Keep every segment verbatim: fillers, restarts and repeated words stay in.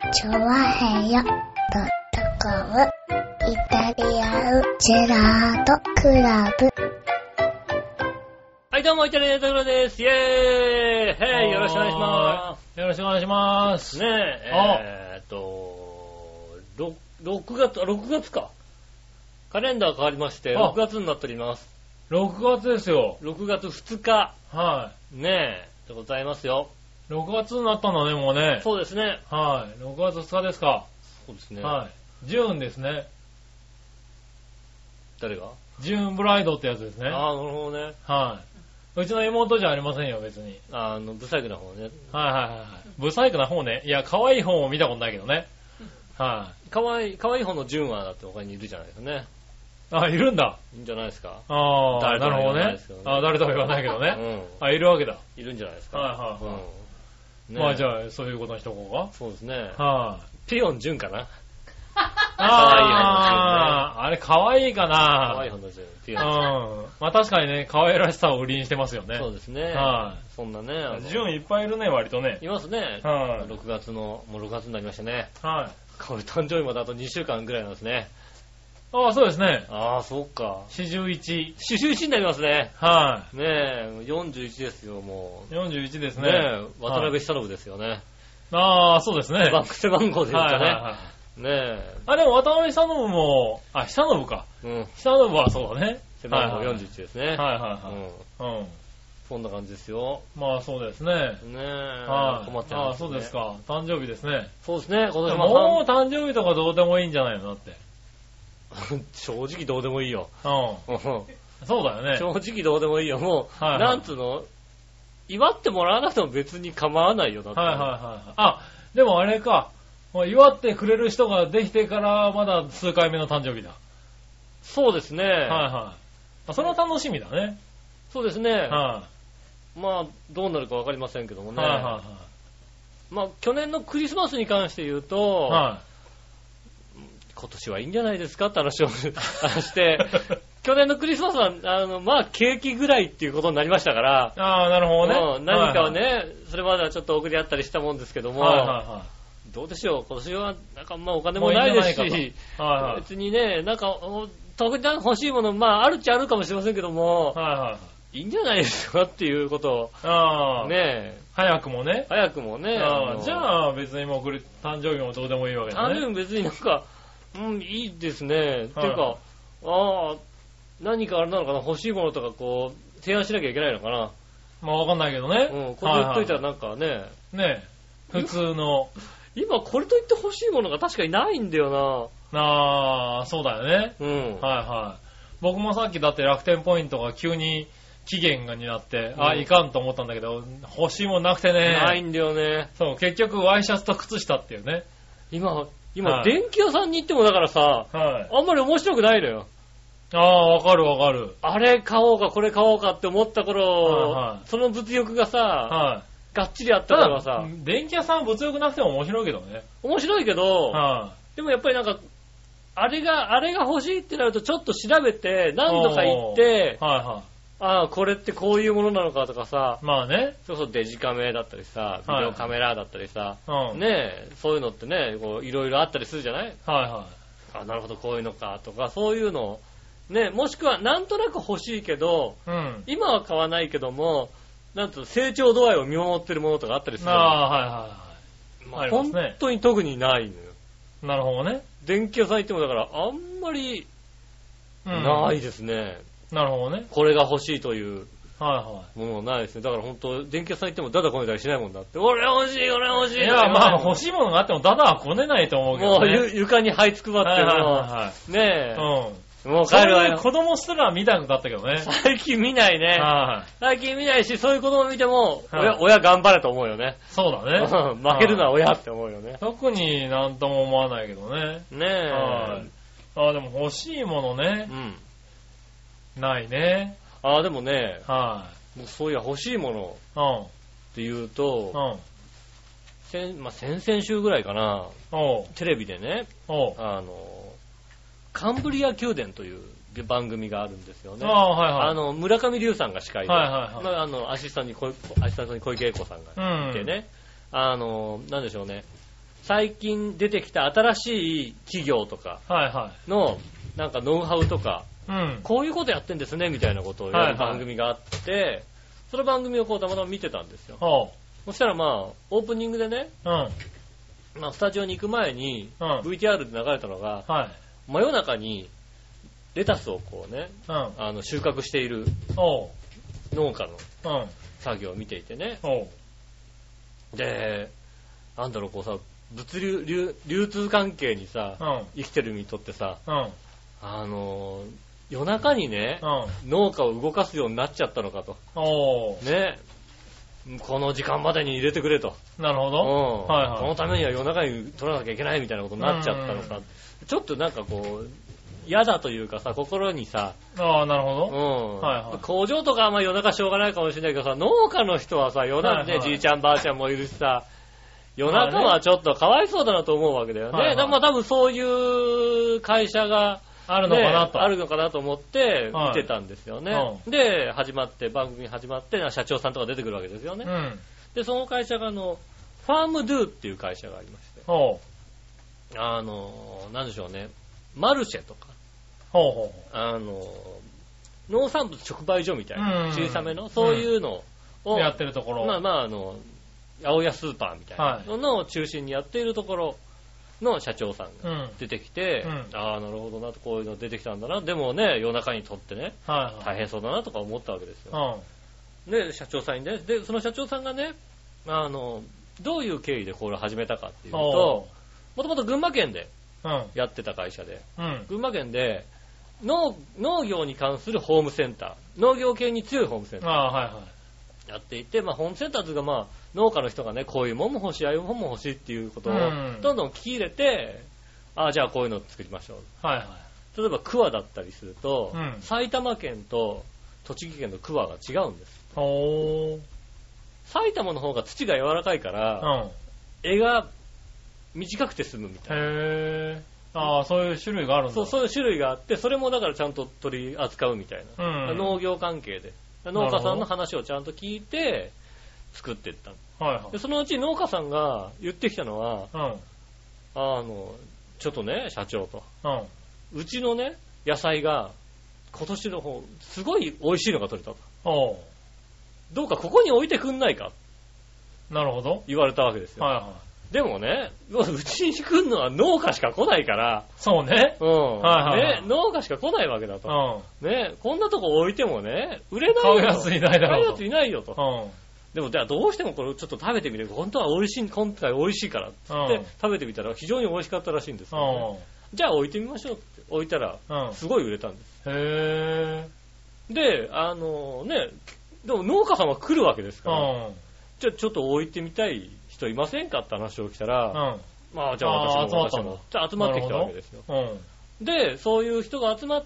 チョワヘヨドットコムイタリアンジェラートクラブ。 はい、どうも、イタリアンジェラートクラブです。イェーイ、ヘイ、よろしくお願いします。 よろしくお願いします。 ねえ、えーっと、ろくがつ、あ、ろくがつか。カレンダー変わりまして、ろくがつになっております。 ろくがつですよ。 ろくがつふつか。 はい。 ねえ、でございますよ。 ろくがつになったんだね、もうね。 そうですね。 はい。ろくがつふつかですか。 そうですね。 はい。ジューンですね。 誰が？ ジューンブライドってやつですね。 ああ、なるほどね。 はい。うちの妹じゃありませんよ、別に。 あの、ブサイクな方ね。 はいはいはい。ブサイクな方ね。いや、可愛い方も見たことないけどね。はい。 可愛い、可愛い方のジューンはだって他にいるじゃないですかね。 あ、いるんだ。 いいんじゃないですか。 ああ、 誰となるほどね。 ねあ、誰とは言わないけどね。 うん。 あ、いるわけだ。 いるんじゃないですか。 はいはいはい。 うんね、 まあじゃあ、そういうことにしとこうか。 そうですね。 はい。 ピヨンジュンかな。 ああ、あれ可愛いかな。 可愛い方のジュン。ピヨンうん。まあ確かにね、可愛らしさを売りにしてますよね。 そうですね。 はい。 そんなね。 ジュンいっぱいいるね、割とね。 いますね。 はい。 ろくがつの、もうろくがつになりましたね。 はい。 これ誕生日まであとにしゅうかんぐらいなんですね。 ああ、そうですね。 ああ、そうか。 四十一。 四十一になりますね。 はい。 ねえ、よんじゅういちですよ、もう。よんじゅういちですね。 ねえ、渡辺久信ですよね。 ああ、そうですね。 バック背番号で言うとね。はいはいはい、ねえ。 あ、でも渡辺久信も、あ、久信か。うん。久信はそうだね。 背番号よんじゅういちですね。はいはいはいはい。うん。 そんな感じですよ。 まあそうですね。ねえ。 はい。 困ってます、ね。 ああ、そうですか。誕生日ですね。 そうですね、今年も。もう誕生日とかどうでもいいんじゃないのだって。 正直どうでもいいよ。 うん。そうだよね。 正直どうでもいいよ。もう、はいはい、なんつうの、祝ってもらわなくても別に構わないよ、だって。はいはいはい。 あ、でもあれか。祝ってくれる人ができてからまだ数回目の誕生日だ。 そうですね。はいはい。それは楽しみだね。 そうですね。 はい。 まあ、どうなるかわかりませんけどもね。 はいはいはい。 まあ、去年のクリスマスに関して言うと、はい、今年はいいんじゃないですかって話をして、去年のクリスマスは、あの、まあ、ケーキぐらいっていうことになりましたから。 ああ、なるほどね。 うん、何かはね、はいはい、それまではちょっと送り合ったりしたもんですけども、はいはいはい、どうでしょう、今年は、なんかまあお金もないですし、いいはいはい、別にね、なんか、特に欲しいもの、まあ、あるっちゃあるかもしれませんけども、はいはい、いいんじゃないですかっていうことを、あねえ。 早くもね。 早くもね。 あじゃあ別にもうこれ、誕生日もどうでもいいわけだね。 誕生日も別になんか、うん、いいですね。はいはい、っていうか、ああ、何かあれなのかな、欲しいものとかこう、提案しなきゃいけないのかな。 まあわかんないけどね。 うん、これ言っといたらなんかね。はいはい、 ね普通の。 今これと言って欲しいものが確かにないんだよな。ああ、そうだよね。うん。はいはい。僕もさっきだって楽天ポイントが急に期限がになって、うん、あ、いかんと思ったんだけど、欲しいもんなくてね。 ないんだよね。 そう、結局ワイシャツと靴下っていうね。 今、今、はい、電気屋さんに行ってもだからさ、はい、あんまり面白くないのよ。 ああ、わかるわかる。 あれ買おうか、これ買おうかって思った頃、はいはい、その物欲がさ、はい、がっちりあったからはさ。 電気屋さん物欲なくても面白いけどね。 面白いけど、はい、でもやっぱりなんか、あれが、あれが欲しいってなるとちょっと調べて、何度か行って、はいはい、ああ、これってこういうものなのかとかさ、 まあね。 そうそう、デジカメだったりさ、ビデオカメラだったりさ、はい、ねえ、そういうのってね、こういろいろあったりするじゃない？はいはい。あ、なるほど、こういうのかとか、そういうのを、ね、もしくはなんとなく欲しいけど、うん、今は買わないけども、なんと成長度合いを見守ってるものとかあったりする。 ああ、はいはいはい。 まあ、ありますね。本当に特にないのよ。 なるほどね。 電気屋さん行ってもだからあんまりないですね。 うん、なるほどね。 これが欲しいというものないですね。だから本当電気屋さん行ってもダダこねたりしないもんだって。俺欲しい、俺欲しい。いや、まあ欲しいものがあってもダダはこねないと思うけどね。 もう床に這いつくばっても、はいはいはい、ねえ。うんもう帰るわよ。子供すら見たくなったけどね。 最近見ないね。はい、最近見ないし、そういう子供見ても、はい、親、親頑張れと思うよね。 そうだね。 負けるのは親って思うよね。 特になんとも思わないけどね。 ねえ。 はい、あ、でも欲しいものね。うん。ないね。 あ、でもね。 はい、 もうそういや欲しいものって言うと、うん。先、まあ、先々週ぐらいかな。テレビでね。あの、カンブリア宮殿という番組があるんですよね。あ、はいはい、あの村上龍さんが司会で、はいはいはい、あのアシスタントに小、アシスタントに小池栄子さんがいてね、うん、あのなんでしょうね、 最近出てきた新しい企業とかのなんかノウハウとか、うん、こういうことやってんですねみたいなことをやる番組があって、はいはい、その番組をこうたまたま見てたんですよ。そしたらまあオープニングでね、うん、まあ、スタジオに行く前に ブイティーアール で流れたのが、はい、真夜中にレタスをこうね、うん、あの収穫している農家の作業を見ていてね、で、なんだろう、こうさ、物流、流、流通関係にさ、うん、生きてる身にとってさ、うん、あのー、夜中にね、うん、農家を動かすようになっちゃったのかと。ね。この時間までに入れてくれと。 なるほど。 うん。はいはい。このためには夜中に取らなきゃいけないみたいなことになっちゃったのか。ちょっとなんかこう、嫌だというかさ、心にさ。 ああ、なるほど。 うん。はいはい。工場とかはまあ夜中しょうがないかもしれないけどさ、農家の人はさ、夜中ね、はいはい、じいちゃんばあちゃんもいるしさ、夜中はちょっとかわいそうだなと思うわけだよね。はいはい、まあ多分そういう会社が、 あるのかなと、 ね。あるのかなと思って見てたんですよね。はい、で、始まって、番組始まって、社長さんとか出てくるわけですよね。うん、で、その会社があの、ファームドゥっていう会社がありまして。ほう。あの、なんでしょうね。マルシェとか。ほうほう。あの、農産物直売所みたいな、小さめの、そういうのを、うん、 やってるところ。 まあまあ、あの、八百屋スーパーみたいなのの中心にやっているところの社長さんが出てきて、うんうん、ああ、なるほどなと、こういうの出てきたんだな。でもね、夜中にとってね、はいはい、大変そうだなとか思ったわけですよ。うん、で、社長さんにね、で、その社長さんがね、あの、どういう経緯でこれを始めたかっていうと、もともと群馬県でやってた会社で、うん、群馬県で農、農業に関するホームセンター、農業系に強いホームセンター。あ、はいはい、やっていて、まあ、ホームセンターというか、まあ、農家の人がね、こういうもんも欲しい、ああいうもんも欲しいっていうことを、どんどん聞き入れて、ああ、じゃあこういうのを作りましょう。はいはい。例えば、桑だったりすると、うん、埼玉県と栃木県の桑が違うんです。ほー。埼玉の方が土が柔らかいから、うん、柄が短くて済むみたいな。へー。ああ、そういう種類があるんだ。そう、そういう種類があって、それもだからちゃんと取り扱うみたいな。うん、農業関係で。農家さんの話をちゃんと聞いて、作っていったの、はいはい、でそのうち農家さんが言ってきたのは、うん、あのちょっとね社長と、うん、うちのね野菜が今年の方すごい美味しいのが取れたと、どうかここに置いてくんないか、 なるほど言われたわけですよ、はいはい、でもねうちに来るのは農家しか来ないから、 そうね、 うん、はいはいはい、ね、農家しか来ないわけだと、うん、ね、こんなとこ置いてもね売れないよ、 買うやついないだろうと、買うやついないよと、うん、でも、じゃあどうしてもこれをちょっと食べてみる。本当は美味しい、今回美味しいからって、うん、食べてみたら非常に美味しかったらしいんですよ、ね、うん、じゃあ置いてみましょうって置いたら、すごい売れたんです。うん、へー。で、あのね、でも農家さんは来るわけですから、うん、じゃあちょっと置いてみたい人いませんかって話を来たら、うん、まあじゃあ私も私も、じゃあ集まってきたわけですよ。うん、で、そういう人が集まって、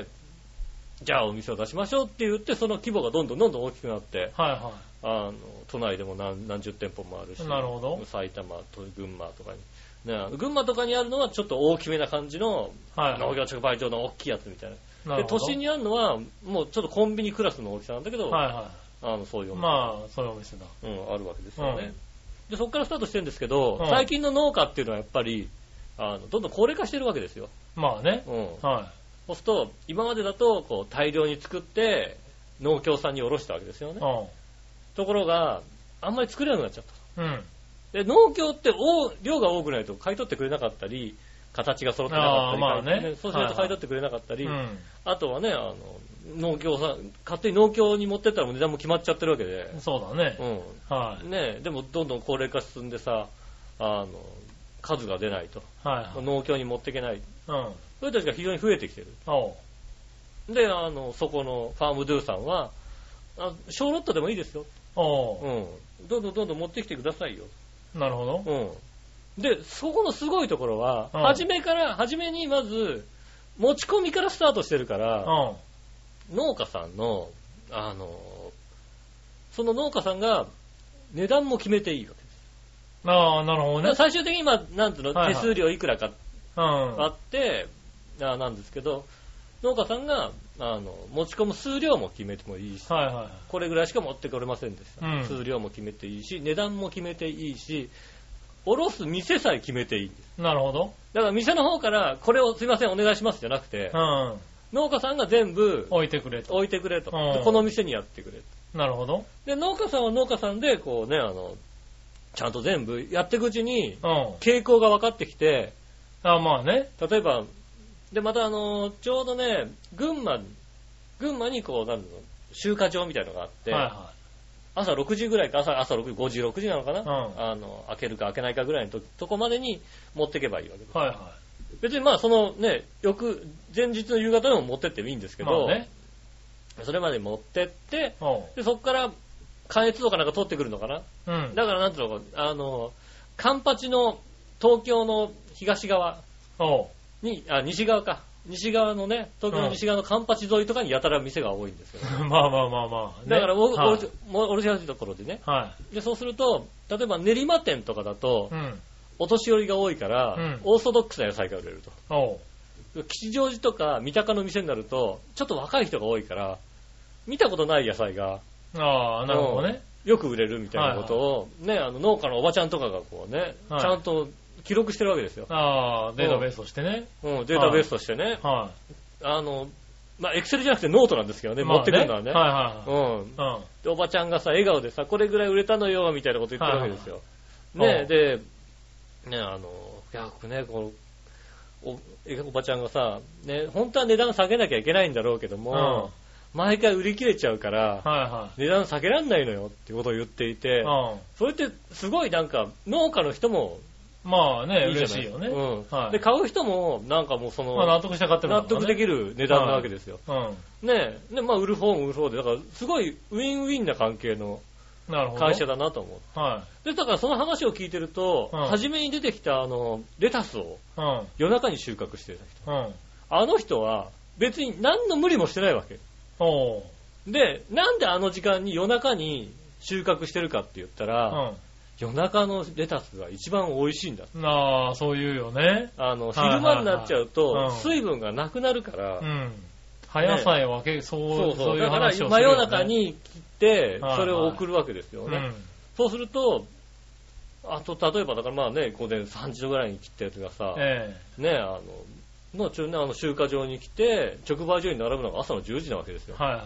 じゃあお店を出しましょうって言って、その規模がどんどんどんどん大きくなって、はいはい、あの都内でも 何, 何十店舗もあるし、なるほど、埼玉と群馬とかに、ね、群馬とかにあるのはちょっと大きめな感じの、はいはい、農業直売所の大きいやつみたいな。で、都心にあるのはもうちょっとコンビニクラスの大きさなんだけど、はいはい、あのそういうお店、 まあそういうお店だ、 うん、あるわけですよね。うん、でそこからスタートしてるんですけど、うん、最近の農家っていうのはやっぱりあのどんどん高齢化してるわけですよ。 まあね、うん、はい。 そうすると今までだとこう大量に作って農協さんに卸したわけですよね。うん、ところがあんまり作れなくなっちゃった。うん、で農協って量が多くないと買い取ってくれなかったり、形が揃ってなかったり、まあね、そうすると買い取ってくれなかったり、はいはい、あとはね、あの農協さん勝手に農協に持ってったら値段も決まっちゃってるわけで。 そうだね。うん。はい。 ね、でもどんどん高齢化進んでさ、あの数が出ないと、はいはい、農協に持っていけない。うん。そういう人たちが非常に増えてきてる。で、あのそこのファームドゥさんは、あ小ロットでもいいですよ。うん。どんどんどんどん持ってきてくださいよ。 なるほど。 うん。で、そこのすごいところは、うん、初めから、初めにまず、持ち込みからスタートしてるから、うん、農家さんの、あの、その農家さんが値段も決めていいわけです。 ああ、なるほどね。 最終的に今、なんていうの、はいはい、手数料いくらかあって、うん、あなんですけど、農家さんがあの持ち込む数量も決めてもいいし、はいはいはい、これぐらいしか持ってこれませんでした、うん、数量も決めていいし、値段も決めていいし、 おろす店さえ決めていいんです。 なるほど。 だから店の方から、これをすいませんお願いしますじゃなくて、うん、農家さんが全部置いてくれと。 置いてくれと。うん、この店にやってくれと。 なるほど。 で、農家さんは農家さんで、こうね、あの、ちゃんと全部やっていくうちに、傾向が分かってきて、 あ、まあね。 例えば、で、またあの、ちょうどね、群馬、群馬にこう、なんだろう、集荷場みたいなのがあって、はいはい、朝ろくじぐらいか、朝、朝ろくじ、ごじ、ろくじなのかな、うん、あの、開けるか開けないかぐらいのととこまでに持ってけばいいわけです。はいはい。別にまあ、そのね、翌、前日の夕方でも持ってってもいいんですけど、まあね、それまで持ってって、で、そこから、関越とかなんか取ってくるのかな、うん、だからなんていうのか、あの、カンパチの東京の東側に、あ、西側か。西側のね、東京の西側のカンパチ沿いとかにやたら店が多いんですよ、ね。まあまあまあまあ。 ね、だから、お、はい、おろしやすいところでね。はい。で、そうすると、例えば練馬店とかだと、うん、お年寄りが多いから、うん、オーソドックスな野菜が売れると。おう。吉祥寺とか三鷹の店になると、ちょっと若い人が多いから、見たことない野菜が、 ああ、なるほどね。 よく売れるみたいなことを、はいはい、ね、あの農家のおばちゃんとかがこうね、はい、ちゃんと記録してるわけですよ。 ああ、データベースとしてね。 うん、データベースとしてね。はい。あの、まあ、エクセルじゃなくてノートなんですけどね、まあ、ね持ってくるのはね。はいはいはい。うん。うん。で、おばちゃんがさ、笑顔でさ、これぐらい売れたのよ、みたいなこと言ってるわけですよ。はいはい、ね、で、ね、あの、いや、ね、この、お、おばちゃんがさ、ね、本当は値段下げなきゃいけないんだろうけども、うん毎回売り切れちゃうから、はいはい、値段下げらんないのよっていうことを言っていて、うん、それってすごいなんか農家の人もまあね、嬉しいよね。 うんはい、で、買う人もなんかもうその、 まあ、納得して買ってる、 ね、納得できる値段なわけですよ。はい、うん、ねで、まあ売る方も売る方で、だからすごいウィンウィンな関係の会社だなと思う。はい、で、だからその話を聞いてると、うん、初めに出てきたあの、レタスを夜中に収穫してた人、うん、あの人は別に何の無理もしてないわけ。で、なんであの時間に夜中に収穫してるかって言ったら、うん、夜中のレタスが一番美味しいんだ。 ああ、そういうよね。 あの、昼間になっちゃうと、水分がなくなるから、うん。 葉野菜は結構、ね、そう、そういう話をするよね。だから真夜中に切って、それを送るわけですよね。はいはいうん、そうすると、あと、例えばだからまあね、午前さんじぐらいに切ったやつがさ、えー、ね、あの、の中ね、あの集荷場に来て、直売所に並ぶのが朝のじゅうじなわけですよ。はいはい。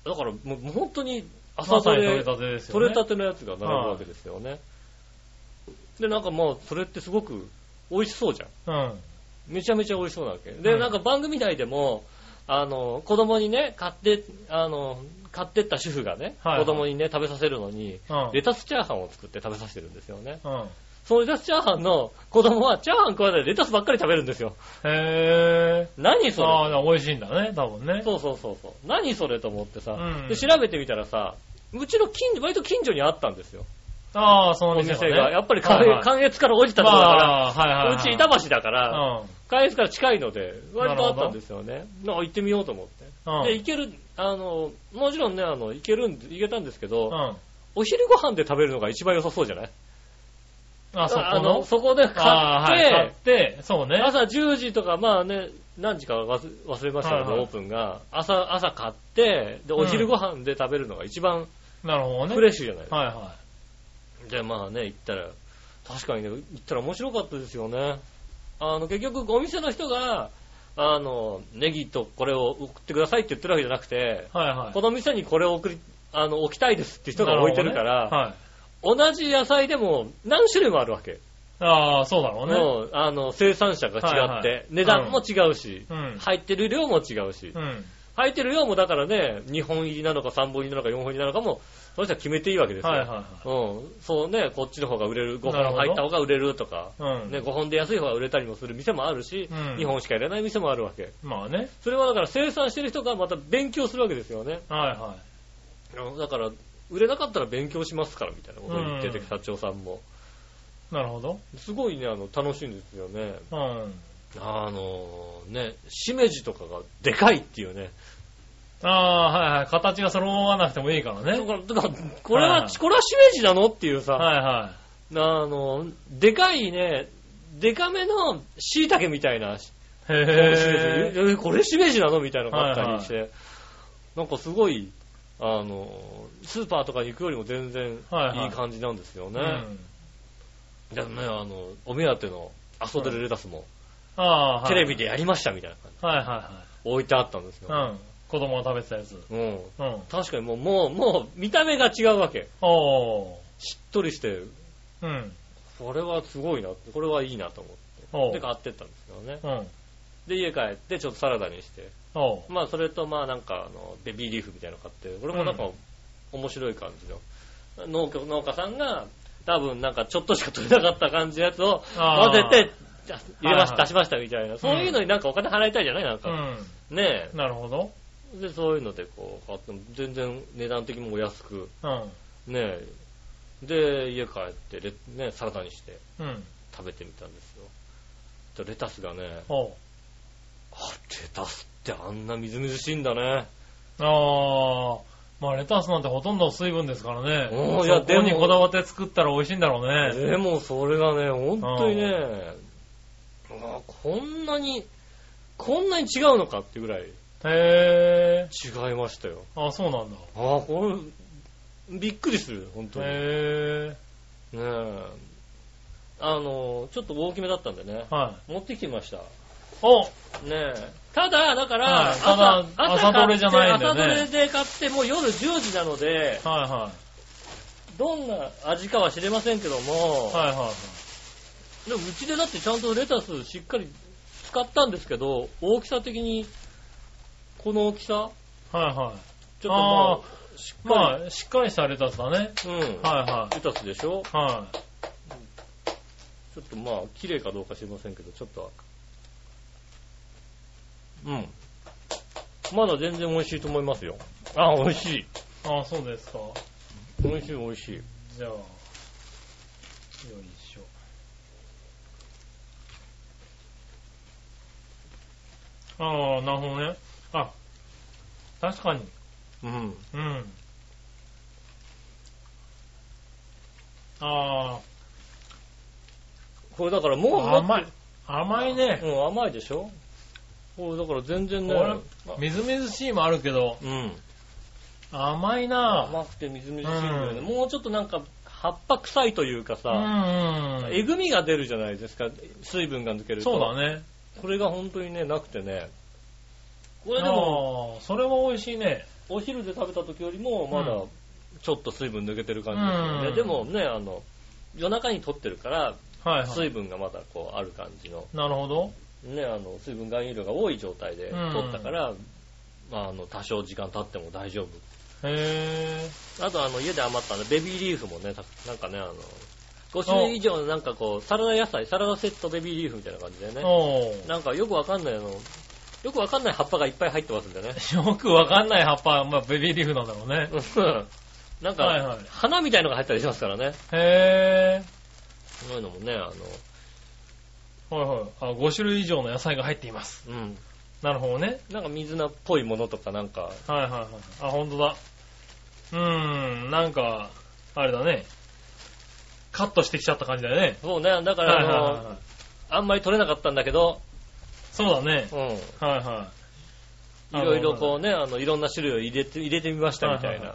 だからもう本当に朝取れ、取れたてですよね。取れたてのやつが並ぶわけですよね。はい、で、なんかもうそれってすごく美味しそうじゃん。うん。めちゃめちゃ美味しそうなわけ。で、うん、なんか番組内でも、あの、子供にね、買って、あの、買ってった主婦がね、はいはい、子供にね、食べさせるのに、うん、レタスチャーハンを作って食べさせてるんですよね。うん。そのレタスチャーハンの子供はチャーハン食わないでレタスばっかり食べるんですよ。へー。何それ。 ああ、美味しいんだね、多分ね。 そうそうそうそう。何それと思ってさ、うん、で調べてみたらさ、うちの近所、割と近所にあったんですよ。 ああ、その店が、ね、 お店が。やっぱり関、はいはい、関越から降りたところだから、まあはいはいはい、うち板橋だから、うん、関越から近いので、割とあったんですよね。なんか行ってみようと思って。うん、で、行ける、あの、もちろんね、あの、行けるんで、行けたんですけど、うん、お昼ご飯で食べるのが一番良さそうじゃない？ あ、そこのあの、 そこで買って、はい、 買って、そうね。 朝じゅうじとか、まあね、何時か忘れましたけど、はいはい、オープンが。朝、朝買って、で、お昼ご飯で食べるのが一番、 なるほどね。 フレッシュじゃないですか。 はいはい。 で、まあね、行ったら、確かにね、行ったら面白かったですよね。あの、結局、お店の人が、あの、ネギとこれを送ってくださいって言ってるわけじゃなくて、はいはい。この店にこれを送り、あの、置きたいですって人が置いてるから、ね、はい。同じ野菜でも何種類もあるわけ。 ああ、そうだろうね。 もう、あの、生産者が違って、はいはい、値段も違うし、うん、入ってる量も違うし、うん、入ってる量もだからね、にほん入りなのかさんぼん入りなのかよんほん入りなのかも、その人は決めていいわけですよ。はいはいはい、うん。そうね、こっちの方が売れる、ごほん入った方が売れるとか、うん、ね、ごほんで安い方が売れたりもする店もあるし、うん、にほんしか入れない店もあるわけ。 まあね。 それはだから生産してる人がまた勉強するわけですよね。 はいはい。 だから、売れなかったら勉強しますからみたいなことを言ってて、うん、社長さんも。 なるほど。 すごいね、あの、楽しいんですよね。うん。あのー、ね、しめじとかがでかいっていうね。 ああ、はいはい。形が揃わなくてもいいからね。 だから、だからこれは、はいはい、これはしめじなのっていうさ。 はいはい。 あの、でかいね、でかめの椎茸みたいな。へぇー。これしめじなのみたいなのがあったりして。はいはい、なんかすごい、あの、スーパーとかに行くよりも全然いい感じなんですよね。はいはい、 じゃあね、あの、お目当ての遊べるレタスも、 うん、ああ、 テレビでやりましたみたいな感じ。 はいはいはい。 置いてあったんですよ。 うん。子供が食べてたやつ。 うん。うん。確かにもう、もう、もう、見た目が違うわけ。 おー。 しっとりして、 うん。 これはすごいな、これはいいなと思って。で、買ってったんですけどね。うん。で、家帰ってちょっとサラダにして。おまあ、それと、まあなんか、あの、ベビーリーフみたいなの買って、これもなんか、面白い感じの。農家、農家さんが、多分なんかちょっとしか取れなかった感じのやつを混ぜて、入れました、出しましたみたいな。そういうのになんかお金払いたいじゃないなんか。うん、ねえ。 なるほど。 で、そういうのでこう、買っても全然値段的にもお安く。うん、ねえ。で、家帰ってレ、ね、サラダにして、食べてみたんですよ。レタスがね、あ、レタスってあんなみずみずしいんだね。 ああ。まあレタスなんてほとんど水分ですからね。おいや、でもにこだわって作ったら美味しいんだろうね。でもそれがね、ほんとにね、あこんなに、こんなに違うのかっていうぐらい。へー。違いましたよ。 あ、そうなんだ。 ああ、これ、びっくりする、ほんとに。へー。ねえ。あの、ちょっと大きめだったんでね。はい。持ってきてみました。おねえ。ただ、だから、はい、 ただ朝、朝どれじゃないんだよね。 朝どれで買って、もう夜じゅうじなので、はいはい。どんな味かは知れませんけども、はいはいはい。でも、うちでだってちゃんとレタスしっかり使ったんですけど、大きさ的に、この大きさはいはい。ちょっとまあ、しっかり。 まあ、しっかりしたレタスだね。うん。はいはい。 レタスでしょはい。ちょっとまあ、綺麗かどうか知りませんけど、ちょっと、うん。まだ全然美味しいと思いますよ。あ、美味しい。 あ、そうですか。 美味しい美味しい。 じゃあ、よいしょ。ああ、なるほどね。あ、確かに。うん。うん。ああ。 これだからもう甘い。甘いね。 うん、甘いでしょ？これだから全然ね。 みずみずしいもあるけど。うん。甘いなぁ。 甘くてみずみずしいんだよね。うん、もうちょっとなんか、葉っぱ臭いというかさ、うんうん、えぐみが出るじゃないですか。水分が抜けると。 そうだね。 これが本当にね、なくてね。これでも、それは美味しいね。 お昼で食べた時よりも、まだ、ちょっと水分抜けてる感じですよね。うん、でもね、あの、夜中に取ってるから、はいはい、水分がまだこう、ある感じの。 なるほど。 ね、あの、水分含有量が多い状態で取ったから、うん、まあ、あの、多少時間経っても大丈夫。へー。あと、あの、家で余ったの、ベビーリーフもね、なんかね、あの、ご種類以上のなんかこう、サラダ野菜、サラダセットベビーリーフみたいな感じでね。なんかよくわかんないの、よくわかんない葉っぱがいっぱい入ってますんでね。 よくわかんない葉っぱ、まあ、ベビーリーフなんだろうね。 なんか、はいはい、花みたいのが入ったりしますからね。 へー。 そういうのもね、あの、はいはい。あ、ご種類以上の野菜が入っています。うん。なるほどね。 なんか水菜っぽいものとかなんか。 はいはいはい。あ、ほんとだ。うーん、なんか、あれだね。カットしてきちゃった感じだよね。 そうね。だから、あの、はいはいはいはい、あんまり取れなかったんだけど。 そうだね。うん。はいはい。 いろいろこうね、あの、いろんな種類を入れて、入れてみましたみたいな。はいはいはい、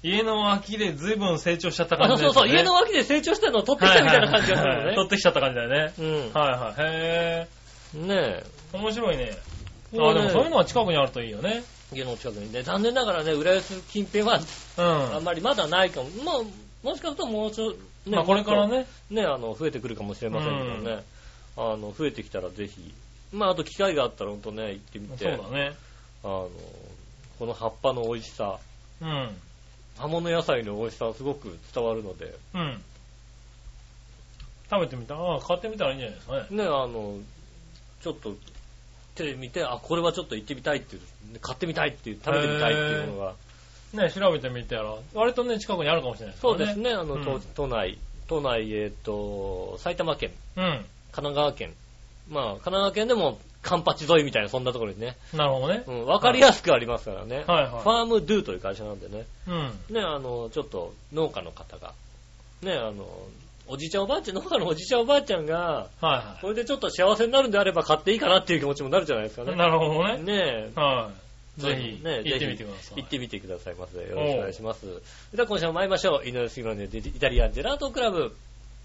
家の脇で随分成長しちゃった感じだよね。 そうそう、家の脇で成長したのを取ってきたみたいな感じがするのね。 取ってきちゃった感じだよね。うん。はいはい。へー。ねえ。面白いね。ああ、でもそういうのは近くにあるといいよね。 家の近くにね。残念ながらね、浦安近辺は、うん。あんまりまだないかも。まあ、もしかするともうちょっと、 ね。まあこれからね。 ね、あの、増えてくるかもしれませんけどね。うん、あの、増えてきたらぜひ。まあ、あと機会があったらほんとね、行ってみて。 そうだね。 あの、この葉っぱの美味しさ。うん。葉物野菜の美味しさはすごく伝わるので。うん。 食べてみたああ、買ってみたらいいんじゃないですかね。 ね、あの、ちょっと、テレビ見て、あ、これはちょっと行ってみたいっていう、買ってみたいっていう、食べてみたいっていうものが。 ね、調べてみたら、割とね、近くにあるかもしれないですね。 そうですね、あの、うん、都内、都内、えっと、埼玉県、うん、神奈川県、まあ、神奈川県でも、カンパチ沿いみたいな、そんなところにね。 なるほどね。 うん、わかりやすくありますからね。はいはい。ファームドゥという会社なんでね。うん。ね、あの、ちょっと農家の方が、ね、あの、おじいちゃんおばあちゃん、農家のおじいちゃんおばあちゃんが、はいはい。これでちょっと幸せになるんであれば買っていいかなっていう気持ちもなるじゃないですかね。 なるほどね。 ねえ。 はい。ぜひ、ね、行ってみてください。 行ってみてくださいませ。よろしくお願いします。では今週も参りましょう。井上杉村のイタリアンジェラートクラブ。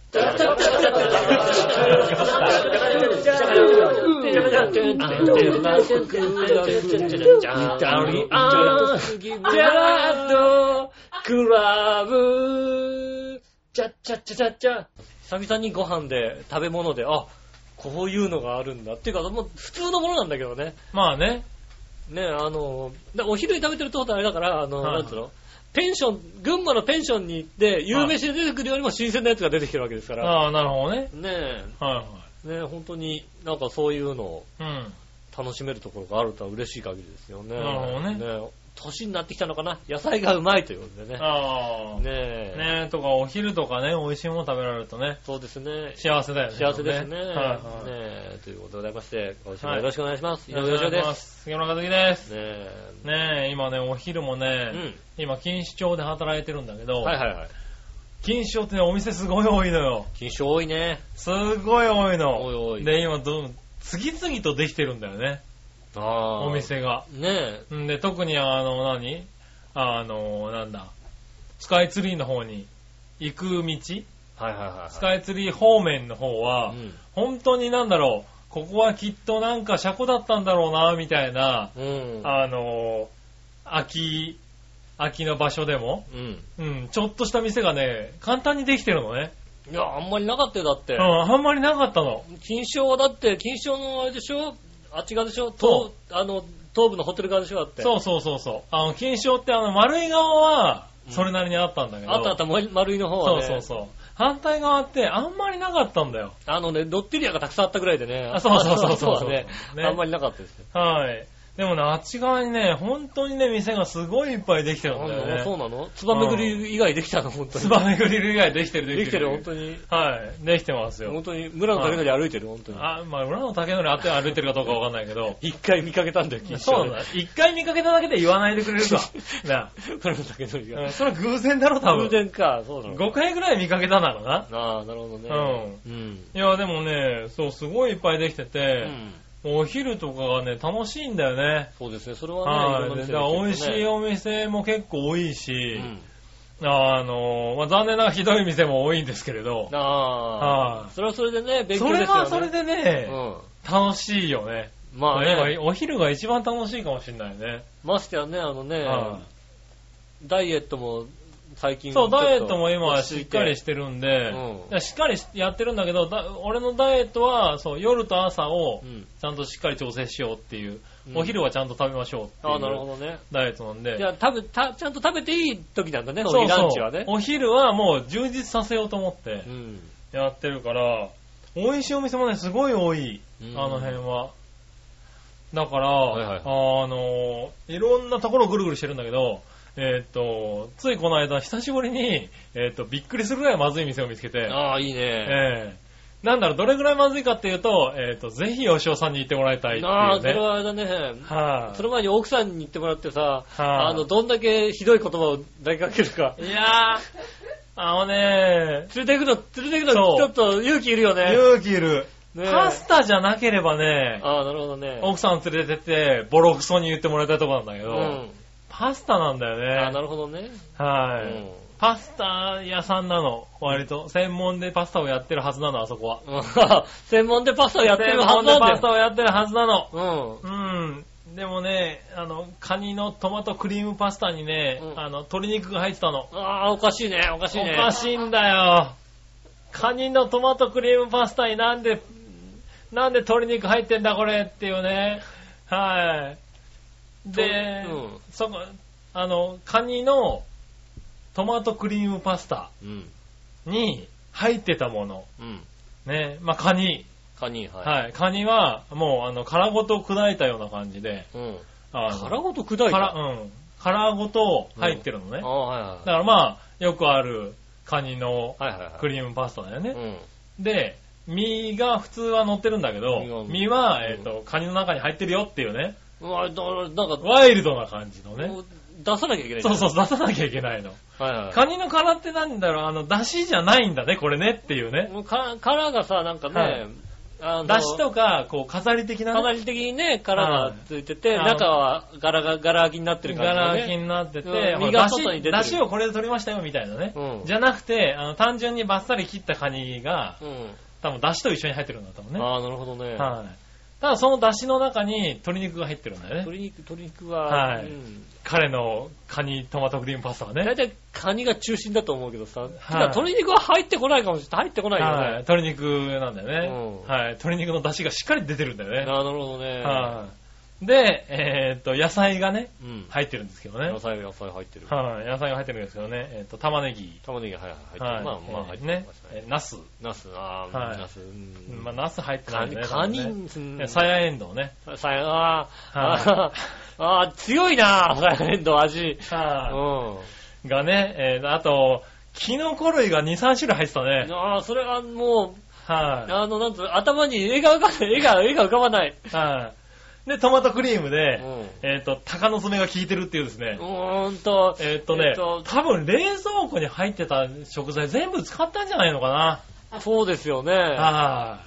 久々にご飯で食べ物で、あ、こういうのがあるんだっていうか、もう普通のものなんだけどね。 まあね。 ね、あの、お昼に食べてるってことはあれだから、あの、なんつうの、ペンション、群馬のペンションに行って、夕飯で出てくるよりも新鮮なやつが出てきてるわけですから。 ああ、なるほどね。 ねえ。 はいはい。 ねえ、本当になんかそういうのを楽しめるところがあるとは嬉しい限りですよね。 なるほどね。 ねえ、年になってきたのかな。野菜がうまいということでね。 ああ。 ねえ。 ねえ、とかお昼とかね、美味しいもの食べられるとね。 そうですね。 幸せだよね。 幸せですね。はいはい。 ねえ、ということでございまして、今週もよろしくお願いします。 よろしくお願いします。杉村和樹です。 ねえ。 ねえ、今ね、お昼もね、うん、今、錦糸町で働いてるんだけど、 はいはいはい。 錦糸町ってね、お店すごい多いのよ。 錦糸町多いね。 すごい多いの。 多い多い。 で、今ど、次々とできてるんだよね。 ああ。 お店が。 ねえ。んで、特にあの、何あの、なんだ、スカイツリーの方に行く道、はいはいはい、 スカイツリー方面の方は、うん、本当になんだろう、ここはきっとなんか車庫だったんだろうな、みたいな、うん、あの、空き、空きの場所でも、うん、うん、ちょっとした店がね、簡単にできてるのね。 いや、あんまりなかったよ、だって。 うん、あんまりなかったの。 錦糸町はだって、錦糸町のあれでしょ、あっち側でしょ、とあの、東部のホテル側でしょだって。 そうそうそうそう。あの、錦糸町ってあの、丸い側は、それなりにあったんだけど。 うん、あったあった、丸いの方はね。 そうそうそう。反対側ってあんまりなかったんだよ。 あのね、ロッテリアがたくさんあったぐらいでね。 あ、そうそうそうそう。 そうね。あんまりなかったですよ。 はい。でもね、あっち側にね、本当にね、店がすごいいっぱいできてるんだよね。 そうなの？ツバめぐり以外できたの本当に。 ツバめぐり以外できてるできてる。できてる、本当に。 はい。できてますよ。 本当に、村野竹則歩いてる、本当に。 あ、まあ、村野竹則あって歩いてるかどうかわかんないけど。 一回見かけたんだよ、 錦糸町。そうだ。一回見かけただけで言わないでくれるか。な。 村野竹則が。 それは偶然だろ、多分。 偶然か、そうだろ。 ごかいぐらい見かけたんだろうな。 ああ、なるほどね。 うん。うん。いや、でもね、そう、すごいいっぱいできてて、うんお昼とかがね、楽しいんだよね。 そうですね、それはね、 はい。だから美味しいお店も結構多いし、うん、あの、まあ、残念ながらひどい店も多いんですけれど。 ああ。はい。それはそれでね、勉強ですよね。 それはそれでね、うん、楽しいよね。 まあね。 お昼が一番楽しいかもしれないね。 ましてやね、あのね、はい、ダイエットも、最近そう、ダイエットも今はしっかりしてるんで、うん、しっかりやってるんだけど、だ俺のダイエットは、そう、夜と朝をちゃんとしっかり調整しようっていう、うん、お昼はちゃんと食べましょうっていう、 あ、なるほどね。 ダイエットなんで。 いや、食べ、た、ちゃんと食べていい時なんだね、そうそう、ランチはね。 お昼はもう充実させようと思って、やってるから、美味しいお店もね、すごい多い、うん、あの辺は。だから、はいはい、あの、いろんなところをぐるぐるしてるんだけど、えー、っと、ついこの間、久しぶりに、えー、っと、びっくりするぐらいまずい店を見つけて。 ああ、いいね。 えー、なんだろう、どれぐらいまずいかっていうと、えー、っと、ぜひ吉尾さんに行ってもらいたいっていう、ね。 ああ、それはあれだね。はい、その前に奥さんに行ってもらってさ、あの、どんだけひどい言葉を投げかけるか。 いやー、あのね連れて行くの、連れて行くの、ちょっと勇気いるよね。 勇気いる。ね、パスタじゃなければね、 ああ、なるほどね。 奥さん連れてって、ボロクソに言ってもらいたいところなんだけど、うんパスタなんだよね。 あ、なるほどね。 はい、うん。パスタ屋さんなの。割と。専門でパスタをやってるはずなの、あそこは。専門でパスタをやってるはずなんだよ。 専門でパスタをやってるはずなの。 うん。 うん。でもね、あの、カニのトマトクリームパスタにね、うん、あの、鶏肉が入ってたの。 ああ、おかしいね、おかしいね。 おかしいんだよ。カニのトマトクリームパスタになんで、なんで鶏肉入ってんだこれっていうね。はい。で、うん、そこ、あの、カニのトマトクリームパスタに入ってたもの。うん、ね、まあ、カニ。 カニ、はい。 はい。カニは、もう、あの、殻ごと砕いたような感じで。 うん。殻ごと砕いた殻、うん。殻ごと入ってるのね。 うん、あはいはい。 だからまあ、よくあるカニのクリームパスタだよね。はいはいはい、うん、で、身が普通は乗ってるんだけど、身は、えっと、カニの中に入ってるよっていうね。 なんかワイルドな感じのね。 出さなきゃいけない。 そうそう、出さなきゃいけないの。 はいはい。 カニの殻ってなんだろう、あの、出汁じゃないんだね、これねっていうね。 もうか殻がさ、なんかね、はい、 あのだしとか、こう、飾り的な、ね。 飾り的にね、殻がついてて、はい、中はガラが、ガラ空きになってる感じ、ね。 ガラ空きになってて、 うん、身が外に出てる。 だしをこれで取りましたよ、みたいなね。うん、じゃなくて、あの、単純にバッサリ切ったカニが、うん、多分だしと一緒に入ってるんだと思うね。 ああ、なるほどね。はい。 ただその出汁の中に鶏肉が入ってるんだよね。 鶏肉、鶏肉は、 はい、うん、彼のカニトマトクリームパスタはね。 だいたいカニが中心だと思うけどさ、はい、鶏肉は入ってこないかもしれない。入ってこないよね。はい、 鶏肉なんだよね、うん。はい。鶏肉の出汁がしっかり出てるんだよね。 ああ、なるほどね。 はい。で、えー、っと、野菜がね、うん、入ってるんですけどね。 野菜、野菜入ってる。 はい、野菜が入ってるんですけどね。えー、っと、玉ねぎ。 玉ねぎ、はい、入ってる。はい、まあ、まあ、入ってね。えー、ナス。 ナス、ああ、はい、ナス。 うん、まあ、ナス入ってないね。 カニ、 ね、サヤエンドウね。 サヤ、ああ、ああ、強いな、サヤエンドウ味。 はい、うん。がね、えー、あと、キノコ類がに、さん種類入ってたね。 ああ、それはもう、はい、 あの、なんつう、頭に絵が浮かばない、絵が、絵が浮かばない。 はい。で、トマトクリームで、うん、えっ、ー、と、鷹の爪が効いてるっていうですね。 うーんと、 えっ、ー、とね、えーと、多分冷蔵庫に入ってた食材全部使ったんじゃないのかな。 そうですよね。 はい。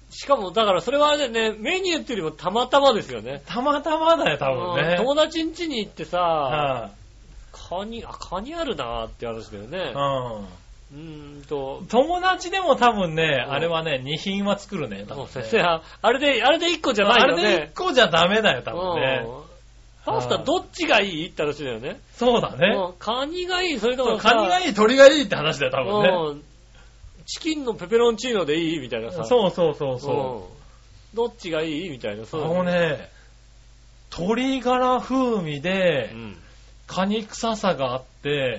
しかも、だからそれはあれね、メニューっていうよりもたまたまですよね。 たまたまだよ、多分ね。 友達ん家に行ってさ、はカニ、あ、カニあるなーって話だよね。うん。うーんと。 友達でも多分ね、うん、あれはね、に品は作るね。多分ね、 そうですね。あれで、あれでいっこじゃないよね。 あれでいっこじゃダメだよ、多分ね。 パスタどっちがいいって話だよね。 そうだね。 カニがいい、それともカニがいい、鶏がいいって話だよ、多分ね。 チキンのペペロンチーノでいいみたいなさ。 そうそうそうそう。 どっちがいいみたいな。 そう、ね。あのね、鶏ガラ風味で、うん、カニ臭さがあって、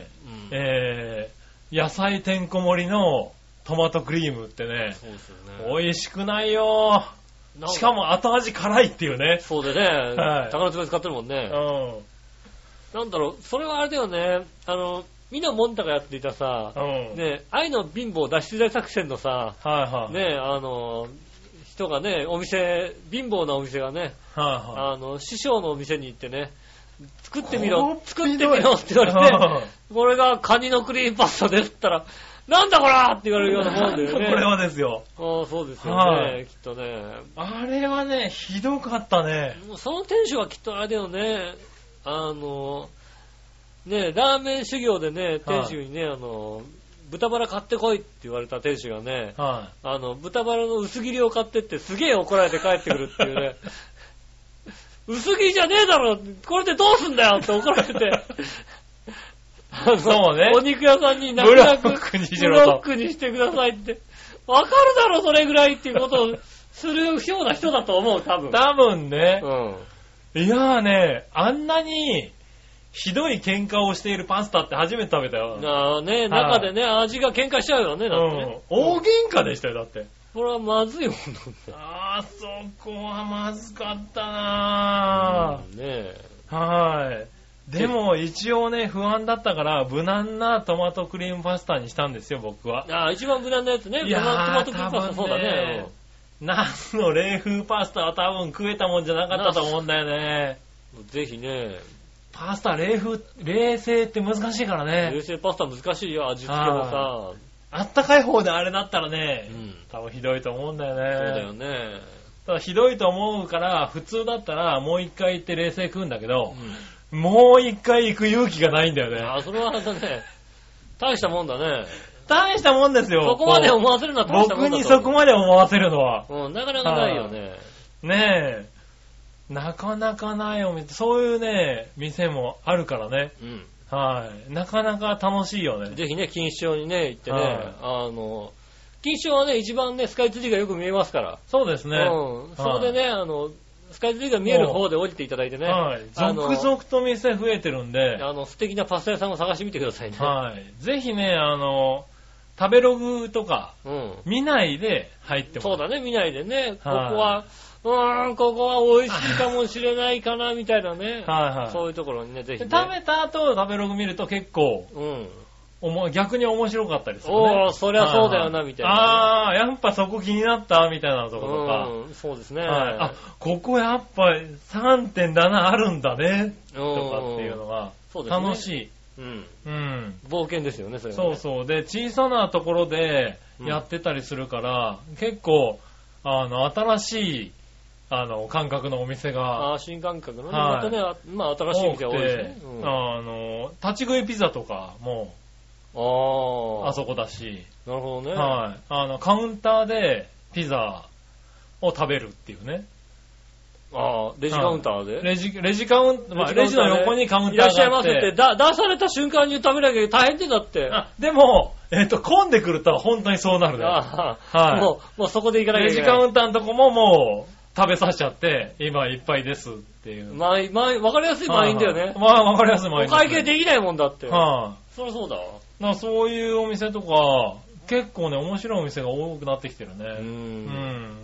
うん、えー、野菜てんこ盛りのトマトクリームってね、そうですよね、美味しくないよ。しかも後味辛いっていうね。 そうでね、はい、鷹の爪使ってるもんね。うん。なんだろう、それはあれだよね、あの、みんなもんたがやっていたさ、うん、ね、愛の貧乏脱出大作戦のさ、はいはい、ね、あの、人がね、お店、貧乏なお店がね、はいはい、あの、師匠のお店に行ってね、作ってみろ、作ってみろって言われて、これがカニのクリームパスタですって言ったら、なんだこらって言われるようなもんだよね。 これはですよ。 ああ、そうですよね、はい、きっとね。 あれはね、ひどかったね。 その店主はきっとあれだよね、あの、ね、ラーメン修行でね、店主にね、はい、あの、豚バラ買ってこいって言われた店主がね、はい、あの、豚バラの薄切りを買ってってすげえ怒られて帰ってくるっていうね。薄切りじゃねえだろ、これでどうすんだよって怒られて。 そうね。 お肉屋さんに泣く泣くブロックにしろと。ブロックにしてくださいって。わかるだろ、それぐらいっていうことをするような人だと思う、多分。 多分ね。うん。いやーね、あんなにひどい喧嘩をしているパスタって初めて食べたよ。 ああね、中でね、味が喧嘩しちゃうよね、だってね。 うん。大喧嘩でしたよ、だって。 これはまずいもんなんだ。 ああ、そこはまずかったなぁ。うん、ねえ。はい。でも一応ね、不安だったから無難なトマトクリームパスタにしたんですよ、僕は。 ああ、一番無難なやつね。いやー、トマトクリームパスタ、そうだね。 ナスの冷風パスタは多分食えたもんじゃなかったと思うんだよね。 ぜひね。 パスタ冷風、冷製って難しいからね。 冷製パスタ難しいよ、味付けもさ。 あったかい方であれだったらね、うん、多分ひどいと思うんだよね。 そうだよね。 ただひどいと思うから、普通だったらもう一回行って冷製食うんだけど、うん、もう一回行く勇気がないんだよね。 あ、それはね、大したもんだね。 大したもんですよ。 そこまで思わせるのは大したもんだと。 僕にそこまで思わせるのは。 うん、なかなかないよね。 ねえ。なかなかないお店、そういうね、店もあるからね。うん。はい。なかなか楽しいよね。 ぜひね、錦糸町にね、行ってね、はい、あの、錦糸町はね、一番ね、スカイツリーがよく見えますから。 そうですね。 うん。そこでね、あの、スカイツリーが見える方で降りていただいてね。 はい。続々と店増えてるんで。 あの、素敵なパスタ屋さんを探してみてくださいね。 はい。ぜひね、あの、食べログとか、うん、見ないで入ってもそうだね、見ないでね。ここは、うーん、ここは美味しいかもしれないかな、みたいなね。はいはい。そういうところにね、ぜひ、ね。 食べた後、食べログ見ると結構、うん。おも逆に面白かったりするね。 おー、そりゃそうだよな、みたいな、ね。 あー、やっぱそこ気になった、みたいなところとか。 うん、そうですね。はい。 あ、ここやっぱ さんてんなな あるんだね、とかっていうのが、楽しい。うん。 うん。冒険ですよね、それは、 ね。そうそう。で、小さなところでやってたりするから、うん、結構、 あの、新しい、あの、感覚のお店が。 あ、新感覚のね。はい、またね、まあ、新しい店が多いですね。 うん、あの、立ち食いピザとかも、ああそこだし。 なるほどね。 はい。あの、カウンターでピザを食べるっていうね。 ああ、レジカウンターで、 レジ、レジカウンター、まあ、レジの横にカウンターがあって。いらっしゃいませって、だ、出された瞬間に食べなきゃ大変でだって。 あ、でも、えっと、混んでくると本当にそうなるね。 ああ、はい。もう、もうそこで行かなきゃいけない。 レジカウンターのとこももう、食べさせちゃって、今いっぱいですっていう。 まあ、まあ、わかりやすい満員だよね。 まあ、わかりやすい満員、 ね。お会計できないもんだって。 はい、 そりゃそうだわ。 なそういうお店とか、結構ね、面白いお店が多くなってきてるね。うん。うん。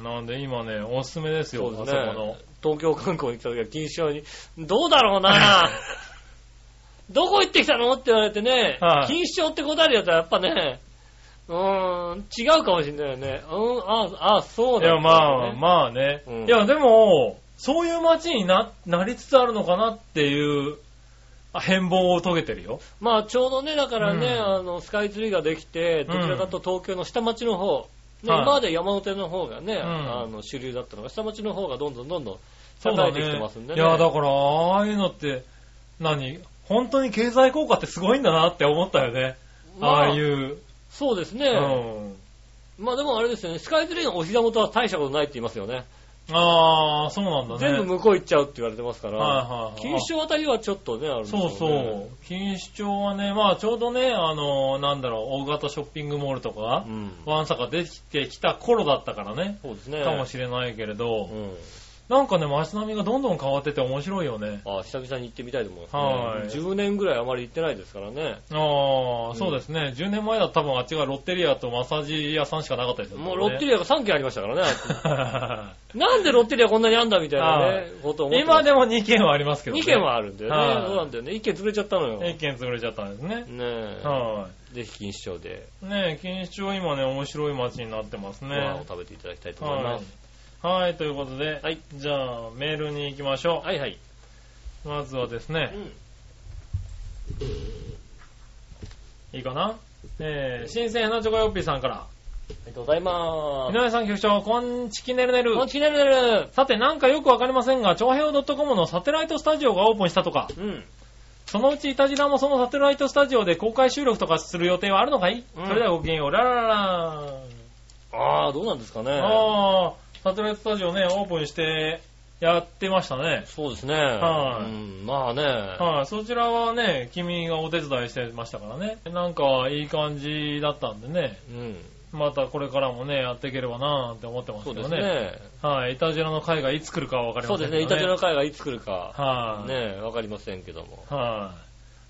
なんで今ね、おすすめですよ、 そうですね、 あそこの。 東京観光に来た時は禁止症に、どうだろうなどこ行ってきたのって言われてね、はい、禁止症って答えるやつはやっぱね、うーん、違うかもしれないよね。うん、あ、あ、そうだ、ね。 いや、まあ、まあね。うん、いや、でも、そういう街にな、なりつつあるのかなっていう、変貌を遂げてるよ。 まあちょうどね、だからね、うん、あの、スカイツリーができて、どちらかと東京の下町の方、うん、ね、今まで山手の方がね、うん、あの、主流だったのが、下町の方がどんどんどんどん栄えてきてますんでね。 いや、だから、ああいうのって、何本当に経済効果ってすごいんだなって思ったよね。まあ、ああいう。 そうですね。うん、まあでもあれですよね、スカイツリーのお膝元は大したことないって言いますよね。 ああ、そうなんだね。 全部向こう行っちゃうって言われてますから。 はいはいはい。 錦糸町あたりはちょっとね、あるんですよね。 そうそう。錦糸町はね、まあちょうどね、あの、なんだろう、大型ショッピングモールとか、うん、ワンサカできてきた頃だったからね。 そうですね。 かもしれないけれど、うん、なんかね、街並みがどんどん変わってて面白いよね。 ああ、久々に行ってみたいと思いますね。 はい。 じゅうねんぐらいあまり行ってないですからね。 ああ、うん、そうですね。じゅうねんまえだと多分あっちがロッテリアとマッサージ屋さんしかなかったですよね。 もうロッテリアがさんけんありましたからね。なんでロッテリアこんなにあんだみたいなね、こと思って。 今でもにけんはありますけどね。 にけんはあるんだよね。そうなんだよね。いっけん潰れちゃったのよ。 いっけん潰れちゃったんですね。 ねえ。 はい。 ぜひ錦糸町で。 ねえ、錦糸町今ね、面白い街になってますね。ご飯を食べていただきたいと思います。 はい、はい、ということで、はい、じゃあメールに行きましょう。 はいはい。 まずはですね、うん、いいかな、えー、新鮮なチョコヨッピーさんから。 ありがとうございまーす。 井上さん局長、こんちきねるねる。 こんちきねるねる。 さて、なんかよくわかりませんが、長平洋 .com のサテライトスタジオがオープンしたとか。 うん。 そのうちイタジラもそのサテライトスタジオで公開収録とかする予定はあるのかい、うん、それではごきげんよう。ララララー。あー、どうなんですかね。 あー、サテライトスタジオね、オープンしてやってましたね。 そうですね。 はい、 うん。まあね。 はい、そちらはね、君がお手伝いしてましたからね。なんかいい感じだったんでね。 うん。 またこれからもね、やっていければなーって思ってますけどね。 そうですね。 はい、イタジラの会がいつ来るかはわかりませんけどね。 そうですね、イタジラの会がいつ来るか。 はい、 ね、わかりませんけども。 はい、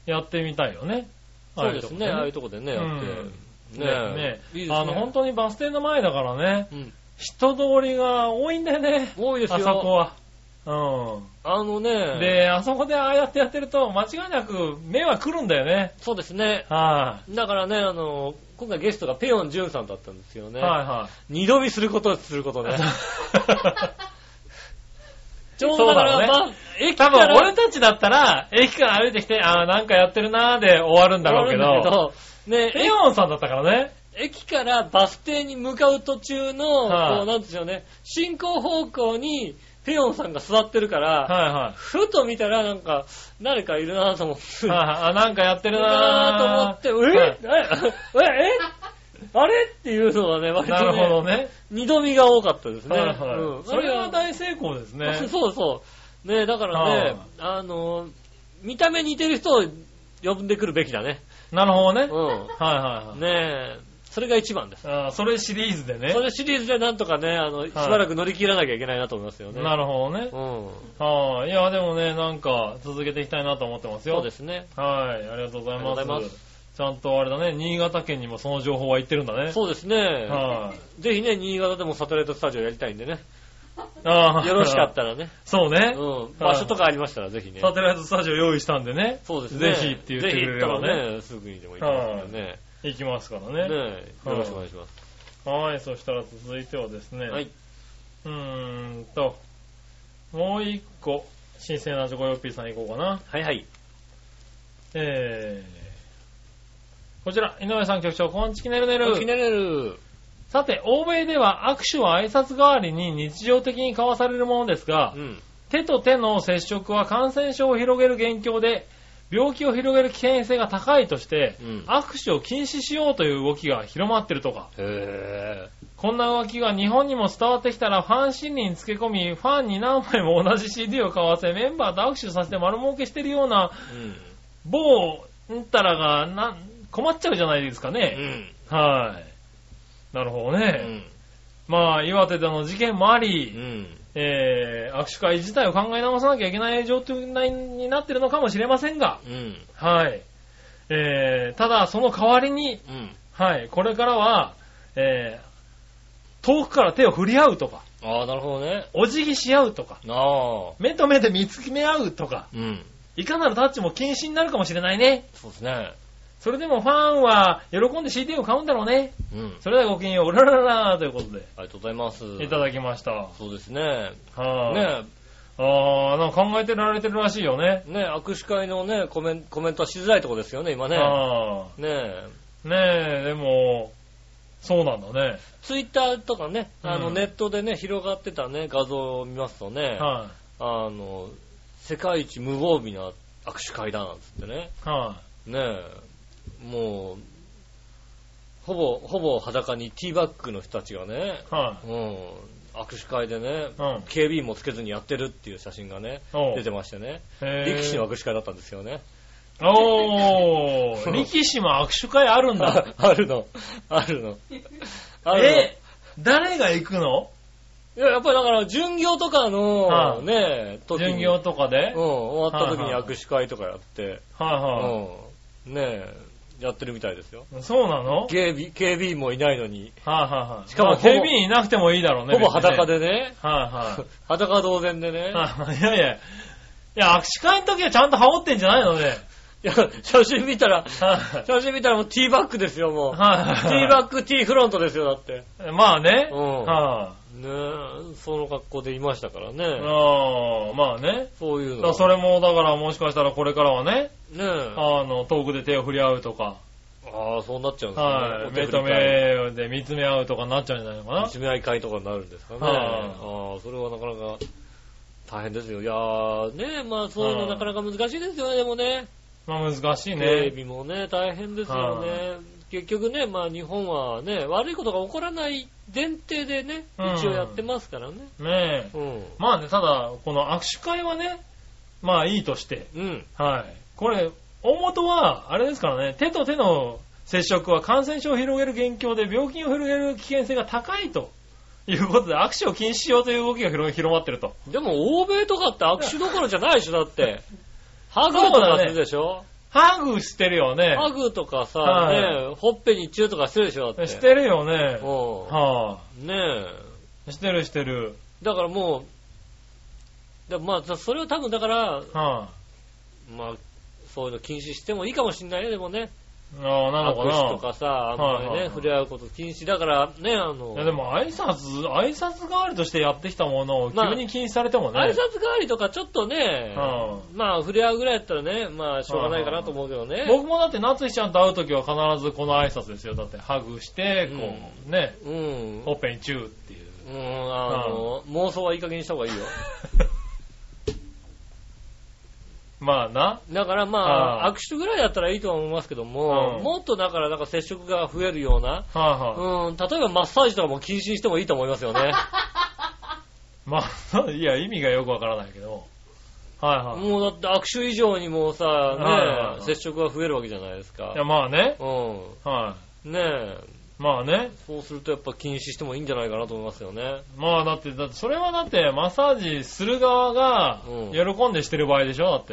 やってみたいよね。 そうですね、ああいうとこでね、やって。うん、 ねねいいですね。あの、本当にバス停の前だからね、うん、人通りが多いんだよね。 多いですよ。 あそこは。うん。 あのね。 で、あそこでああやってやってると、間違いなく目は来るんだよね。 そうですね。 はい、 あ。だからね、あの、今回ゲストがペヨンジュンさんだったんですよね。 はいはい。 二度見することすることね。 ちょうどだから、ね、まあ、駅から。多分俺たちだったら、駅から歩いてきて、ああ、なんかやってるなーで終わるんだろうけど。けどね、ペヨンさんだったからね。 駅からバス停に向かう途中の、はあ、こう、なんでしょうね、進行方向に、ペヨンさんが座ってるから、 はいはい、 ふと見たらなんか、誰かいるなと思って。 はいはい、あ、なんかやってるなと思って、え、はい、え、え、え、あれっていうのがね、割とね、 なるほどね。 二度見が多かったですね。 はいはい、うん。それは大成功ですね。 そうそう。ね、だからね、あの、見た目似てる人を呼んでくるべきだね。 なるほどね。 うん。はいはいはい。 ねえ。それが一番です。 ああ、それシリーズでね。 それシリーズでなんとかね、あの、はい、しばらく乗り切らなきゃいけないなと思いますよね。 なるほどね。 うん。 はあ、いや、でもね、なんか、続けていきたいなと思ってますよ。 そうですね。 はい、ありがとうございます。ありがとうございます。ちゃんとあれだね、新潟県にもその情報は言ってるんだね。 そうですね。 はい、 ぜひね、新潟でもサテライトスタジオやりたいんでね。 ああ。 よろしかったらね。 そうね。 うん。場所とかありましたらぜひね。 サテライトスタジオ用意したんでね。 そうですね。 ぜひって言ってくれればね。 ぜひ行ったらね、すぐにでも行きますよね。 行きますからね。 ねえ、よろしくお願いします。 はい、そしたら続いてはですね。 はい。 うーんと、もう一個、新鮮なチョコヨッピーさん行こうかな。 はいはい。 えー、こちら、井上さん局長、こんちきねるねる。 こんちきねるねる。 さて、欧米では握手は挨拶代わりに日常的に交わされるものですが、うん、手と手の接触は感染症を広げる元凶で、病気を広げる危険性が高いとして、うん、握手を禁止しようという動きが広まってるとか。 へー。 こんな動きが日本にも伝わってきたら、ファン心理につけ込み、ファンに何枚も同じ シーディー を買わせ、メンバーと握手させて丸儲けしてるような、うん、某んたらがな困っちゃうじゃないですかね。うん、はい。なるほどね。うん、まあ、岩手での事件もあり、うん、えー、握手会自体を考え直さなきゃいけない状況になってるのかもしれませんが、うん、はい。えー、ただ、その代わりに、うん、はい、これからは、えー、遠くから手を振り合うとか、 ああ、なるほどね。 お辞儀し合うとか、 あ目と目で見つめ合うとか、うん、いかなるタッチも禁止になるかもしれないね。 そうですね。 それでもファンは喜んで シーディー を買うんだろうね。うん。それではごきげんよう、うららららということで。 ありがとうございます。 いただきました。 そうですね。 はぁ、ねえ。ああ、なんか考えてられてるらしいよね。 ねえ、握手会のね、コメント、コメントはしづらいとこですよね、今ね。ああ。ねえ。ねえ、でも、そうなんだね。 ツイッターとかね、あの、うん、ネットでね、広がってたね、画像を見ますとね、はい、あの、世界一無防備な握手会だなんつってね。はい、ねえ。もう、ほぼ、ほぼ裸にティーバッグの人たちがね、はい、うん、握手会でね、うん、警備員もつけずにやってるっていう写真がね、出てましてね、力士の握手会だったんですよね。 おー、力士も握手会あるんだ。 あ, あるの、あるの。 あるのえ、誰が行くの？ いや、やっぱりだから、巡業とかの、はあ、ね、 時に巡業とかで、 うん、終わった時に握手会とかやって、 はいはい、 うん、ねえ、やってるみたいですよ。 そうなの？ 警備、警備員もいないのに。 はいはいはい。しかも警備員いなくてもいいだろうね。 ほぼ裸でね。 はいはい。 裸同然でね。 はい。いやいや。いや、握手会の時はちゃんと羽織ってんじゃないのね。 いや、写真見たら、写真見たらもうティーバッグですよ、もう。はい。ティーバッグ、ティーフロントですよ、だって。 まあね。 うん。はい。ねえ、その格好でいましたからね。 ああ、まあね。 そういうの。 それも、だからもしかしたらこれからはね。 ねえ。 あの、遠くで手を振り合うとか。 ああ、そうなっちゃうんですね。 はい。目と目で見つめ合うとかなっちゃうんじゃないのかな。 見つめ合い会とかになるんですかね。ああ、それはなかなか大変ですよ。いやー、ねえ、まあそういうのなかなか難しいですよね、でもね。 まあ難しいね。 警備もね、大変ですよね。結局ね、まあ日本はね、悪いことが起こらない前提でね、一応やってますからね。 うん、ねえ、うん。まあね、ただ、この握手会はね、まあいいとして。うん。はい。これ、大元は、あれですからね、手と手の接触は感染症を広げる元凶で病気を広げる危険性が高いということで、握手を禁止しようという動きが広まってると。 でも、欧米とかって握手どころじゃないでしょ、だって。ハグとかするでしょ？ ハグしてるよね。 ハグとかさ、はい、ね、ほっぺにチューとかしてるでしょ、だって。 してるよね。 うん。はぁ、ねえ。してるしてる。 だからもう、だまあ、それを多分だから、はぁ、まあ、そういうの禁止してもいいかもしんないね、でもね。 ああ、なのかな。 握手とかさ、あんまりね、はいはいはい、触れ合うこと禁止だからね、あの。 いやでも挨拶、挨拶代わりとしてやってきたものを急に禁止されてもね。 まあ、挨拶代わりとかちょっとね、はあ、まあ触れ合うぐらいだったらね、まあしょうがないかなと思うけどね。はあはあ、僕もだって夏日ちゃんと会うときは必ずこの挨拶ですよ。だってハグして、こう、うん、ね、うん、ほっぺにチューっていう。 うん、あの、はあ、妄想はいい加減にした方がいいよ。 まあな。 だからまあ、握手ぐらいだったらいいとは思いますけども、うん、もっとだからなんか接触が増えるような、はあはあ、うん、例えばマッサージとかも禁止にしてもいいと思いますよね。 まあ、いや、意味がよくわからないけど。はいはい。 もうだって握手以上にもさ、ね、はいはいはい、接触が増えるわけじゃないですか。 いや、まあね。 うん。 はい。 ねえ。 まあね。 そうするとやっぱ禁止してもいいんじゃないかなと思いますよね。 まあだって、だってそれはだってマッサージする側が喜んでしてる場合でしょ、だって。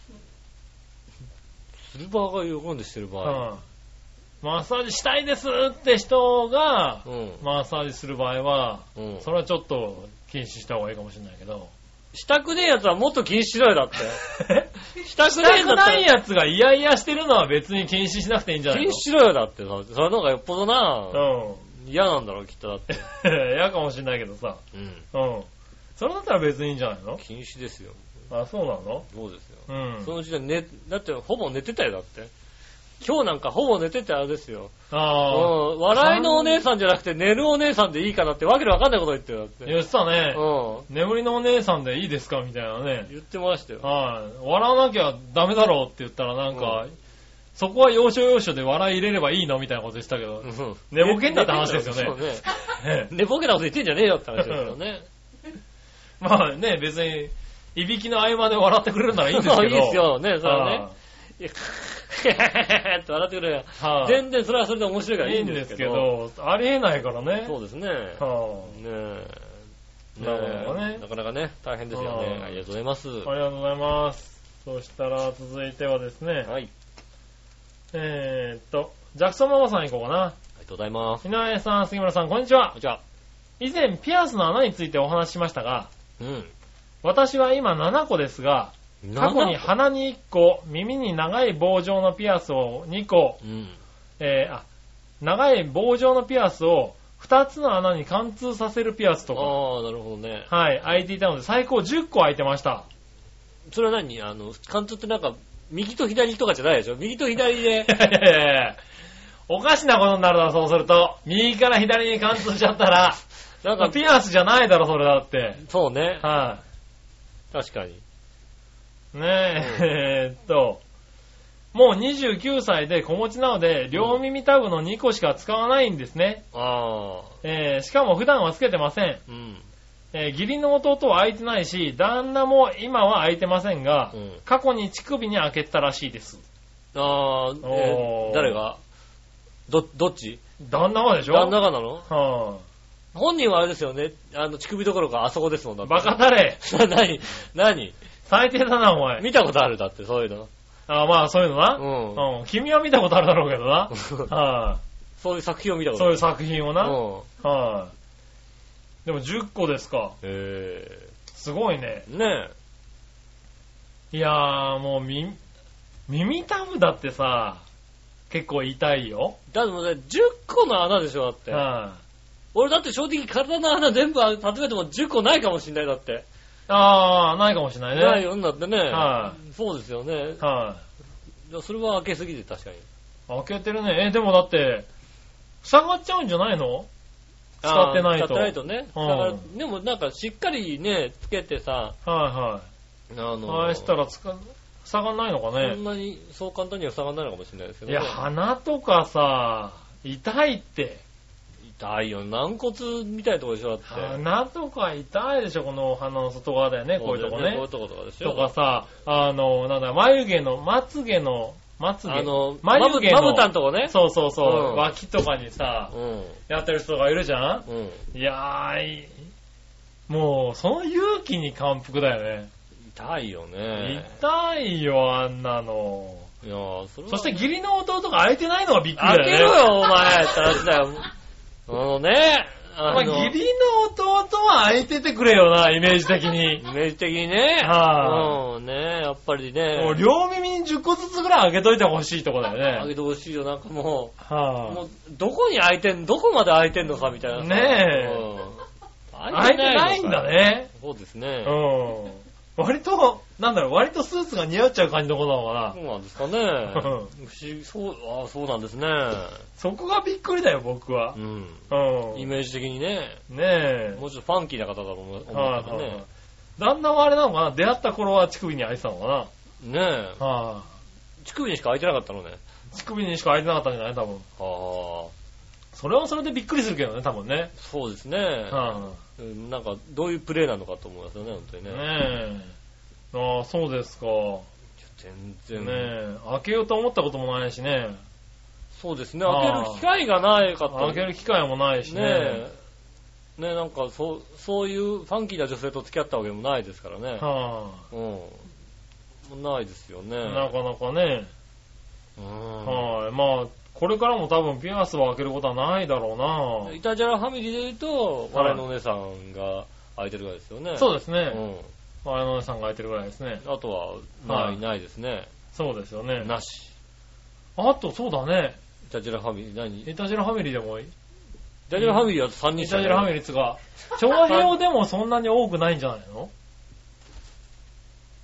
する側が喜んでしてる場合、うん、 マッサージしたいですって人が、うん、マッサージする場合は、うん、それはちょっと禁止した方がいいかもしれないけど、 したくねえやつはもっと禁止しろよ、だってしたくねえんだったら、したくないやつがイヤイヤしてるのは別に禁止しなくていいんじゃないの。 禁止しろよ、だってさ、それの方がよっぽどな、うん、嫌なんだろう、きっとだって嫌かもしれないけどさ、うん、うん、それだったら別にいいんじゃないの。 禁止ですよ。 あ、そうなの。 そうですよ。うん。その時代寝、だってほぼ寝てたよ、だって。 今日なんかほぼ寝ててあれですよ。ああ。うん。笑いのお姉さんじゃなくて寝るお姉さんでいいかなってわけでわかんないこと言ってるだって。 言ってたね。うん。眠りのお姉さんでいいですかみたいなね。 言ってましたよ。 はい。笑わなきゃダメだろうって言ったらなんか、うん、そこは要所要所で笑い入れればいいのみたいなこと言ってたけど、うん、寝ぼけんだって話ですよね。そうね。寝ぼけなこと言ってんじゃねえよって話ですよね。 まあね、別に、いびきの合間で笑ってくれるならいいんですけど。いいですよね、それはね。いや、って笑ってくれよ。はあ、全然それはそれで面白いからいいんですけど。いいんですけど、 ありえないからね。 そうですね。はあ、ねえ。なかなかね。なかなかね、大変ですよね。ありがとうございます。ありがとうございます。そしたら続いてはですね。はい。えーっと、ジャクソンママさん行こうかな。ありがとうございます。 井上さん、杉村さん、こんにちは。 こんにちは。 以前、ピアスの穴についてお話ししましたが、うん。私は今ななこですが、過去に鼻にいっこ、耳に長い棒状のピアスをにこ、うん、えー、あ、長い棒状のピアスをふたつの穴に貫通させるピアスとか。 ああ、なるほどね。 はい、開いていたので最高じゅっこ開いてました。 それは何あの、貫通ってなんか、右と左とかじゃないでしょ右と左で。 いやいやいやおかしなことになるだろ、そうすると。右から左に貫通しちゃったら、なんかピアスじゃないだろ、それだって。 そうね。 はい、 確かに。 ねえ、うん、えー、っと、もうにじゅうきゅうさいで子持ちなので、両耳タブのにこしか使わないんですね。あえー、しかも普段はつけてません。うんえー、義理の弟は開いてないし、旦那も今は開いてませんが、うん、過去に乳首に開けたらしいです。 あー、えー、誰がど、どっち旦那はでしょ旦那がなのはあ本人はあれですよね。あの、乳首どころかあそこですもんだって。 バカだれ何何最低だな、お前。 見たことあるだって、そういうの。 ああ、まあ、そういうのな。うん。うん。君は見たことあるだろうけどな。はい、あ、 そういう作品を見たことある。 そういう作品をな。うん。はい、あ、でもじゅっこですか。へえ。すごいね。 ねえ。いやー、もう、み、耳たぶだってさ、結構痛いよ。 だってもうね、じゅっこの穴でしょ、だって。はい、あ、俺だって正直体の穴全部集めてもじゅっこないかもしんない、だって。 ああ、ないかもしれないね。 ないよ、んだってね。はい、そうですよね。はい、それは開けすぎて確かに。 開けてるね。え、でもだって、塞がっちゃうんじゃないの？使ってないと。 使ってないとね。だから、でもなんかしっかりね、つけてさ。 はいはい。あのー、ああしたらつか、塞がんないのかね。 そんなに、そう簡単には塞がんないのかもしれないですけどね。いや、鼻とかさ、痛いって。 痛いよ。軟骨みたいなところでしょだって。 鼻とか痛いでしょこの鼻の外側だよね。こういうとこね。 こういうとことかでしょ。 とかさ、あの、なんだ、眉毛の、まつ毛の、まつ毛。 あの、眉毛の。まぶたんとこね。 そうそうそう。うん、脇とかにさ、うん、やってる人がいるじゃん、うん、いやー、もう、その勇気に感服だよね。 痛いよね。 痛いよ、あんなの。 いやー、それは。 そして義理の弟が開いてないのがびっくりだよね。 開けろよ、お前って話だよ。あのね、 あの、まあ、義理の弟は開いててくれよな、イメージ的に。 イメージ的にね。はい、うん、ね、やっぱりね。 もう両耳にじゅっこずつぐらい開けといてほしいとこだよね。 開けてほしいよ、なんかもう。はい、もう、どこに開いてん、どこまで開いてんのかみたいな。 ねえ。うん、開いてないんだね。 そうですね。 うん。割と、なんだろう、割とスーツが似合っちゃう感じのことなのかな。 そうなんですかね。不思議、そう、ああ、そうなんですね。 そこがびっくりだよ、僕は。うん。 うん。イメージ的にね。 ねえ。 もうちょっとファンキーな方だと思うけどね。はいはいはい、 旦那はあれなのかな、出会った頃は乳首に開いてたのかな。 ねえ。はあ、乳首にしか開いてなかったのね。 乳首にしか開いてなかったんじゃない多分。はあ。それはそれでびっくりするけどね、多分ね。 そうですね。はあ、なんか、どういうプレイなのかと思いますよね、本当にね。 ねえ。ああ、そうですか。 全然。 ねえ。開けようと思ったこともないしね。 そうですね。開ける機会がないかった。 開ける機会もないしね。ねえ。 ねえ、なんか、そう、そういうファンキーな女性と付き合ったわけでもないですからね。はあ。うん。ないですよね。 なかなかね。うん。はい。まあ、これからも多分ピアスを開けることはないだろうな。 イタジャラファミリーで言うと、笑いのお姉さんが開いてるぐらいですよね。 そうですね。うん。笑いのお姉さんが開いてるぐらいですね。 あとは、ない、はい、ないですね。 そうですよね。 なし。 あと、そうだね。 イタジラファミリー、何イタジラファミリーでもいい？イタジラファミリーはさんにんしかい。イタジラファミリーつが、長編でもそんなに多くないんじゃないの？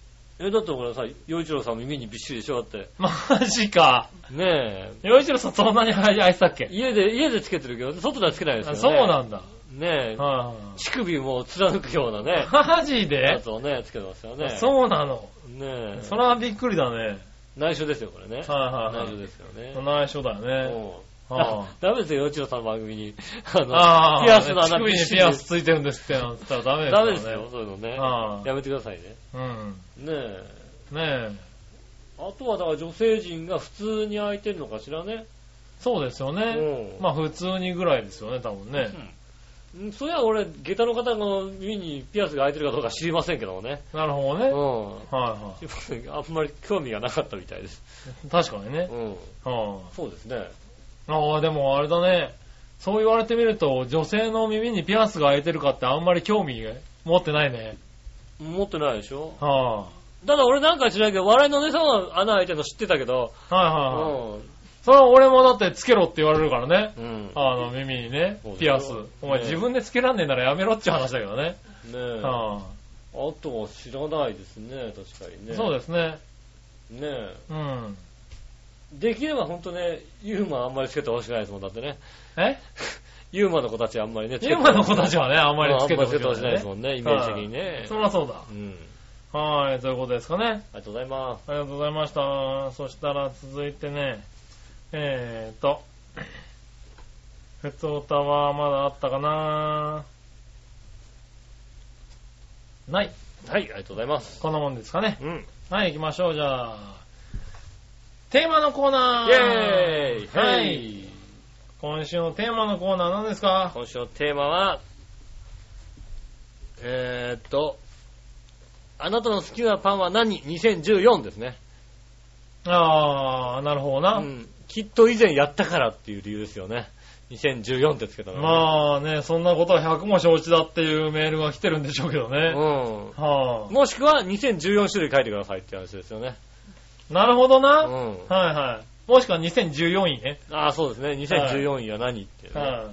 え、だって俺さ、洋一郎さん耳にびっしりでしょだって。 マジか。 ねえ。 洋一郎さんそんなに早いしたっけ？ 家で、家でつけてるけど、外ではつけないですよね。 そうなんだ。 ねえ。はあ、乳首も貫くようなね。 マジで？ やつをね、つけてますよね。 そうなの。 ねえ。 それはびっくりだね。 内緒ですよ、これね。 はいはいはい。 内緒ですよね。 内緒だよね。 はあ、ダメですよ、洋一郎さんの番組に。あの、あピアスの穴にピアスついてるんですってなったらダメですよね。 ダメですよ、そういうのね。はあ、やめてくださいね。 うん。 ねえ。 ねえ。 あとはだから女性陣が普通に開いてるのかしらね。 そうですよね。うん、まあ普通にぐらいですよね、多分ね。 うん。そりゃ俺、下駄の方の耳にピアスが開いてるかどうか知りませんけどもね。 なるほどね。うん。 はいはい。あんまり興味がなかったみたいです。 確かにね。 うん。はあ、そうですね。 ああ、でもあれだね。そう言われてみると、女性の耳にピアスが開いてるかってあんまり興味持ってないね。 持ってないでしょ？ はあ。 ただ俺なんか知らないけど、笑いのお姉さんは穴開いてるの知ってたけど。 はいはいはい。うん。それは俺もだってつけろって言われるからね。うん。あの耳にね、ピアス。お前自分でつけらんねえならやめろって話だけどね。ねえ。はあ。あとは知らないですね、確かにね。 そうですね。 ねえ。 うん。 できればほんとね、ユーマあんまりつけてほしくないですもん、だってね。 えユーマの子たちあんまりね、 ユーマの子たちはね、あんまりつけてほしくないですもんね、イメージ的にね。 そりゃそうだ。うん。はい、ということですかね。 ありがとうございます。 ありがとうございました。そしたら続いてね、えーと、ふつおたはまだあったかなない。 はい、ありがとうございます。 こんなもんですかね。 うん。 はい、行きましょう、じゃあ。テーマのコーナー。 イェーイ。はい。 今週のテーマのコーナー何ですか？ 今週のテーマは、えーっと、あなたの好きなパンは何 ?にせんじゅうよん ですね。 あー、なるほどな、うん。 きっと以前やったからっていう理由ですよね。にせんじゅうよんってつけたの、ね。 まあね、そんなことはひゃくも承知だっていうメールが来てるんでしょうけどね。 うん。はあ、もしくはにせんじゅうよん種類書いてくださいって話ですよね。 なるほどな。うん。はいはい。もしくはにせんじゅうよんいね。 ああ、そうですね。にせんじゅうよんいは何っていうね、はい。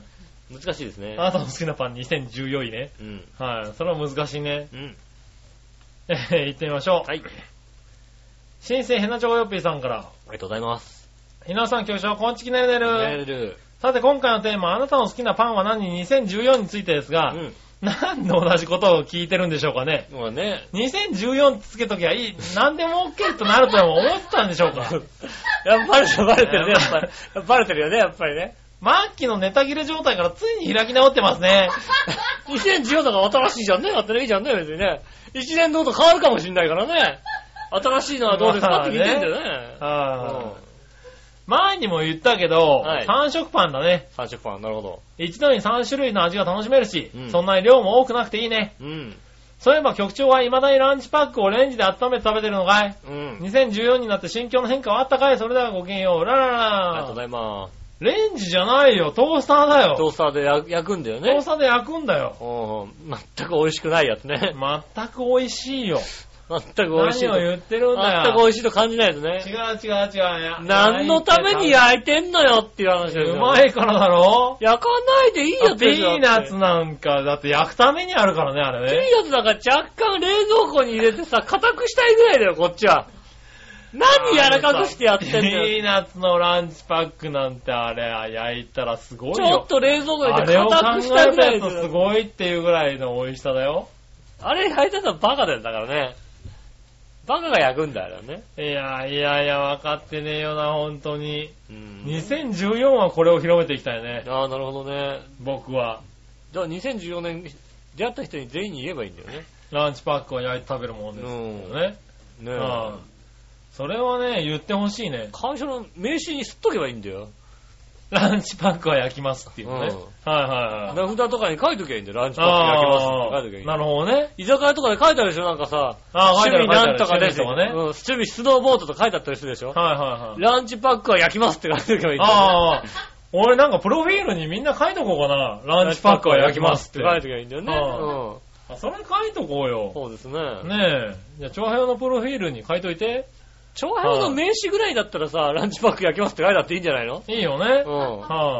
難しいですね。 あなたの好きなパンにせんじゅうよんいね。うん。はい。それは難しいね。うん。えー、行ってみましょう。はい。新生ヘナチョコヨッピーさんから。ありがとうございます。 ひなさん、局長、こんちきねるねる。 ねるる。 さて、今回のテーマ、あなたの好きなパンは何にせんじゅうよんについてですが、うん。何で同じことを聞いてるんでしょうかね。 まあね。 にせんじゅうよんってつけときゃいい。何でも OK となるとでも思ってたんでしょうか。 やっぱりバレてるね、やっぱり。バレてるよね、やっぱりね。 末期のネタ切れ状態からついに開き直ってますね。 にせんじゅうよんだから新しいじゃんね。だってね、いいじゃんね、別にね。いちねんごと変わるかもしんないからね。新しいのはどうですかって聞いてんだよね。 はい。前にも言ったけど、はい、さん食パンだね。 さん食パン、なるほど。 一度にさん種類の味が楽しめるし、うん、そんなに量も多くなくていいね。うん。そういえば局長は未だにランチパックをレンジで温めて食べてるのかい？うん。にせんじゅうよんになって心境の変化はあったかい？それではごきげんよう。ラララ。 ありがとうございます。 レンジじゃないよ。トースターだよ。 トースターで焼くんだよね。 トースターで焼くんだよ。 お全く美味しくないやつね。 全く美味しいよ。 全く美味しい。 何を言ってるんだよ。 全く美味しいと感じないですね。 違う違う違う。 何のために焼いてんのよっていう話ですよ。 うまいからだろ？ 焼かないでいいやつピーナッツなんか、だって焼くためにあるからね、あれね。 ピーナッツなんか若干冷蔵庫に入れてさ、硬くしたいぐらいだよ、こっちは。何柔らかくしてやってんだよ。 ピーナッツのランチパックなんてあれ、焼いたらすごいよ。 ちょっと冷蔵庫に入れて硬くしたいぐらいだよ。 あれを考えたとすごいっていうぐらいの美味しさだよ。 あれ焼いたのはバカだよ、だからね。バカが焼くんだよね。 いやいやいや、分かってねえよな、本当に。うん、にせんじゅうよんはこれを広めていきたいね。 ああ、なるほどね。 僕は。 じゃあにせんじゅうよねん出会った人に全員に言えばいいんだよね。 ランチパックを焼いて食べるもんですよね。うん、ねえ。うん。それはね、言ってほしいね。 会社の名刺にすっとけばいいんだよ。 ランチパックは焼きますっていうね。うん、はいはいはい。 名札とかに書いときゃいいんだよ。ランチパック焼きますって書いときゃいい。 なるほどね。 居酒屋とかで書いてあるでしょなんかさ。 あ趣味なんとかで、 ね。うん、 趣味スノーボードとか書いてあったりするでしょ。 はいはいはい。 ランチパックは焼きますって書いとけばいいんだよ、ね。 ああ。俺なんかプロフィールにみんな書いとこうかな。ランチパックは焼きますって。 書いとけばいいんだよね。 うん。あ、それ書いとこうよ。 そうですね。 ねえ。じゃあ、長編のプロフィールに書いといて。 長編の名刺ぐらいだったらさ、ランチパック焼きますって書いてあっていいんじゃないの？ いいよね。うん。はい、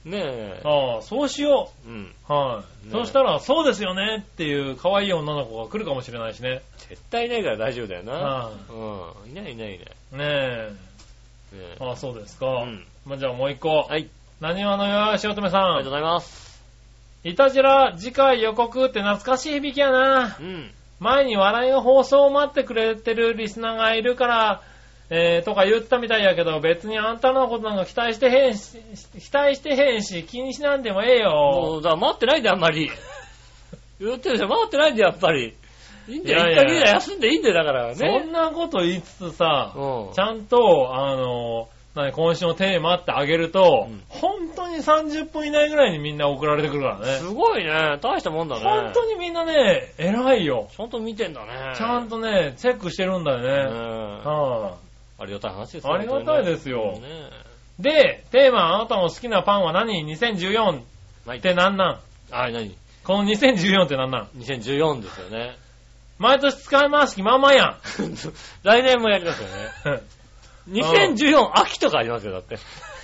ねえ。 ああ、そうしよう。うん。はい、ね。そしたら、そうですよねっていう可愛い女の子が来るかもしれないしね。 絶対いないから大丈夫だよな。はうん。いないいないいない。ねえ。ねえ。ああ、そうですか。うん。まあ、じゃあもう一個。はい。何話のよしおとめさん。 ありがとうございます。 いたじら、次回予告って懐かしい響きやな。うん。前に笑いの放送を待ってくれてるリスナーがいるから、えー、とか言ったみたいやけど、別にあんたのことなんか期待してへんし、期待してへんし、気にしなんでもええよ。 もう、だから待ってないであんまり。言ってるじゃん、待ってないでやっぱり。いいんだよ、いっかげつ休んでいいんだよ、だからね。 そんなこと言いつつさ、うん、ちゃんと、あの、今週のテーマってあげると、うん、本当にさんじゅっぷん以内ぐらいにみんな送られてくるからね。 すごいね。大したもんだね。 本当にみんなね、偉いよ。 ちゃんと見てんだね。 ちゃんとね、チェックしてるんだよね。はあ、ありがたい話ですよね。ありがたいですよ。ね、で、テーマ、あなたの好きなパンは何 ?にせんじゅうよん って何なん？ あれ何このにせんじゅうよんって何なん ? にせんじゅうよん ですよね。 毎年使い回す気まんまやん。 来年もやりますよね。にせんじゅうよん秋とかありますよ、だって。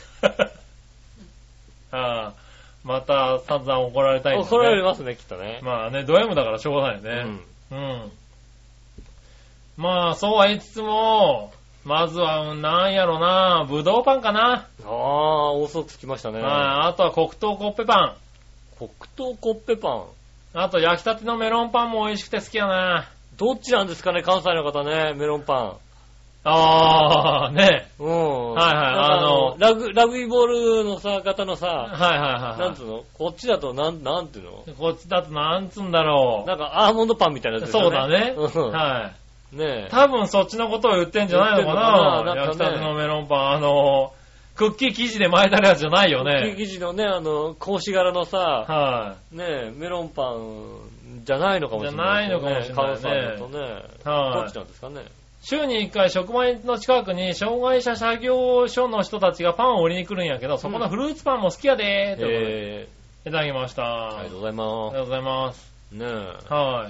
ああ、また散々怒られたいんですね。 怒られますね、きっとね。 まあね、ド M だからしょうがないよね。うん。うん。まあ、そうは言いつつも、まずは、なんやろな、ぶどうパンかな。 ああ、大ソース来ましたね。 はい、あとは黒糖コッペパン。 黒糖コッペパン。 あと焼きたてのメロンパンも美味しくて好きやな。 どっちなんですかね、関西の方ね、メロンパン。 ああ、ね。 うん。 はいはい。あの、 ラグ、ラグビーボールのさ、方のさ、はいはいはい。 なんつうのこっちだとなん、なんていうのこっちだとなんつうんだろう。 なんかアーモンドパンみたいなやつですよね。そうだね。はい。 ねえ。 多分そっちのことを言ってんじゃないのかな。な焼きたてのメロンパン。あの、クッキー生地で巻いてあるやつじゃないよね。 クッキー生地のね、あの、格子柄のさ、 はい。 ねえ、メロンパンじゃないのかもしれない、ね。 じゃないのかもしれないね。 関西だとね。はい。どっちなんですかね。 週にいっかい職場の近くに障害者作業所の人たちがパンを売りに来るんやけど、そこのフルーツパンも好きやでーってことで、いただきました。 ありがとうございます。ありがとうございます。 ねえ。 はい。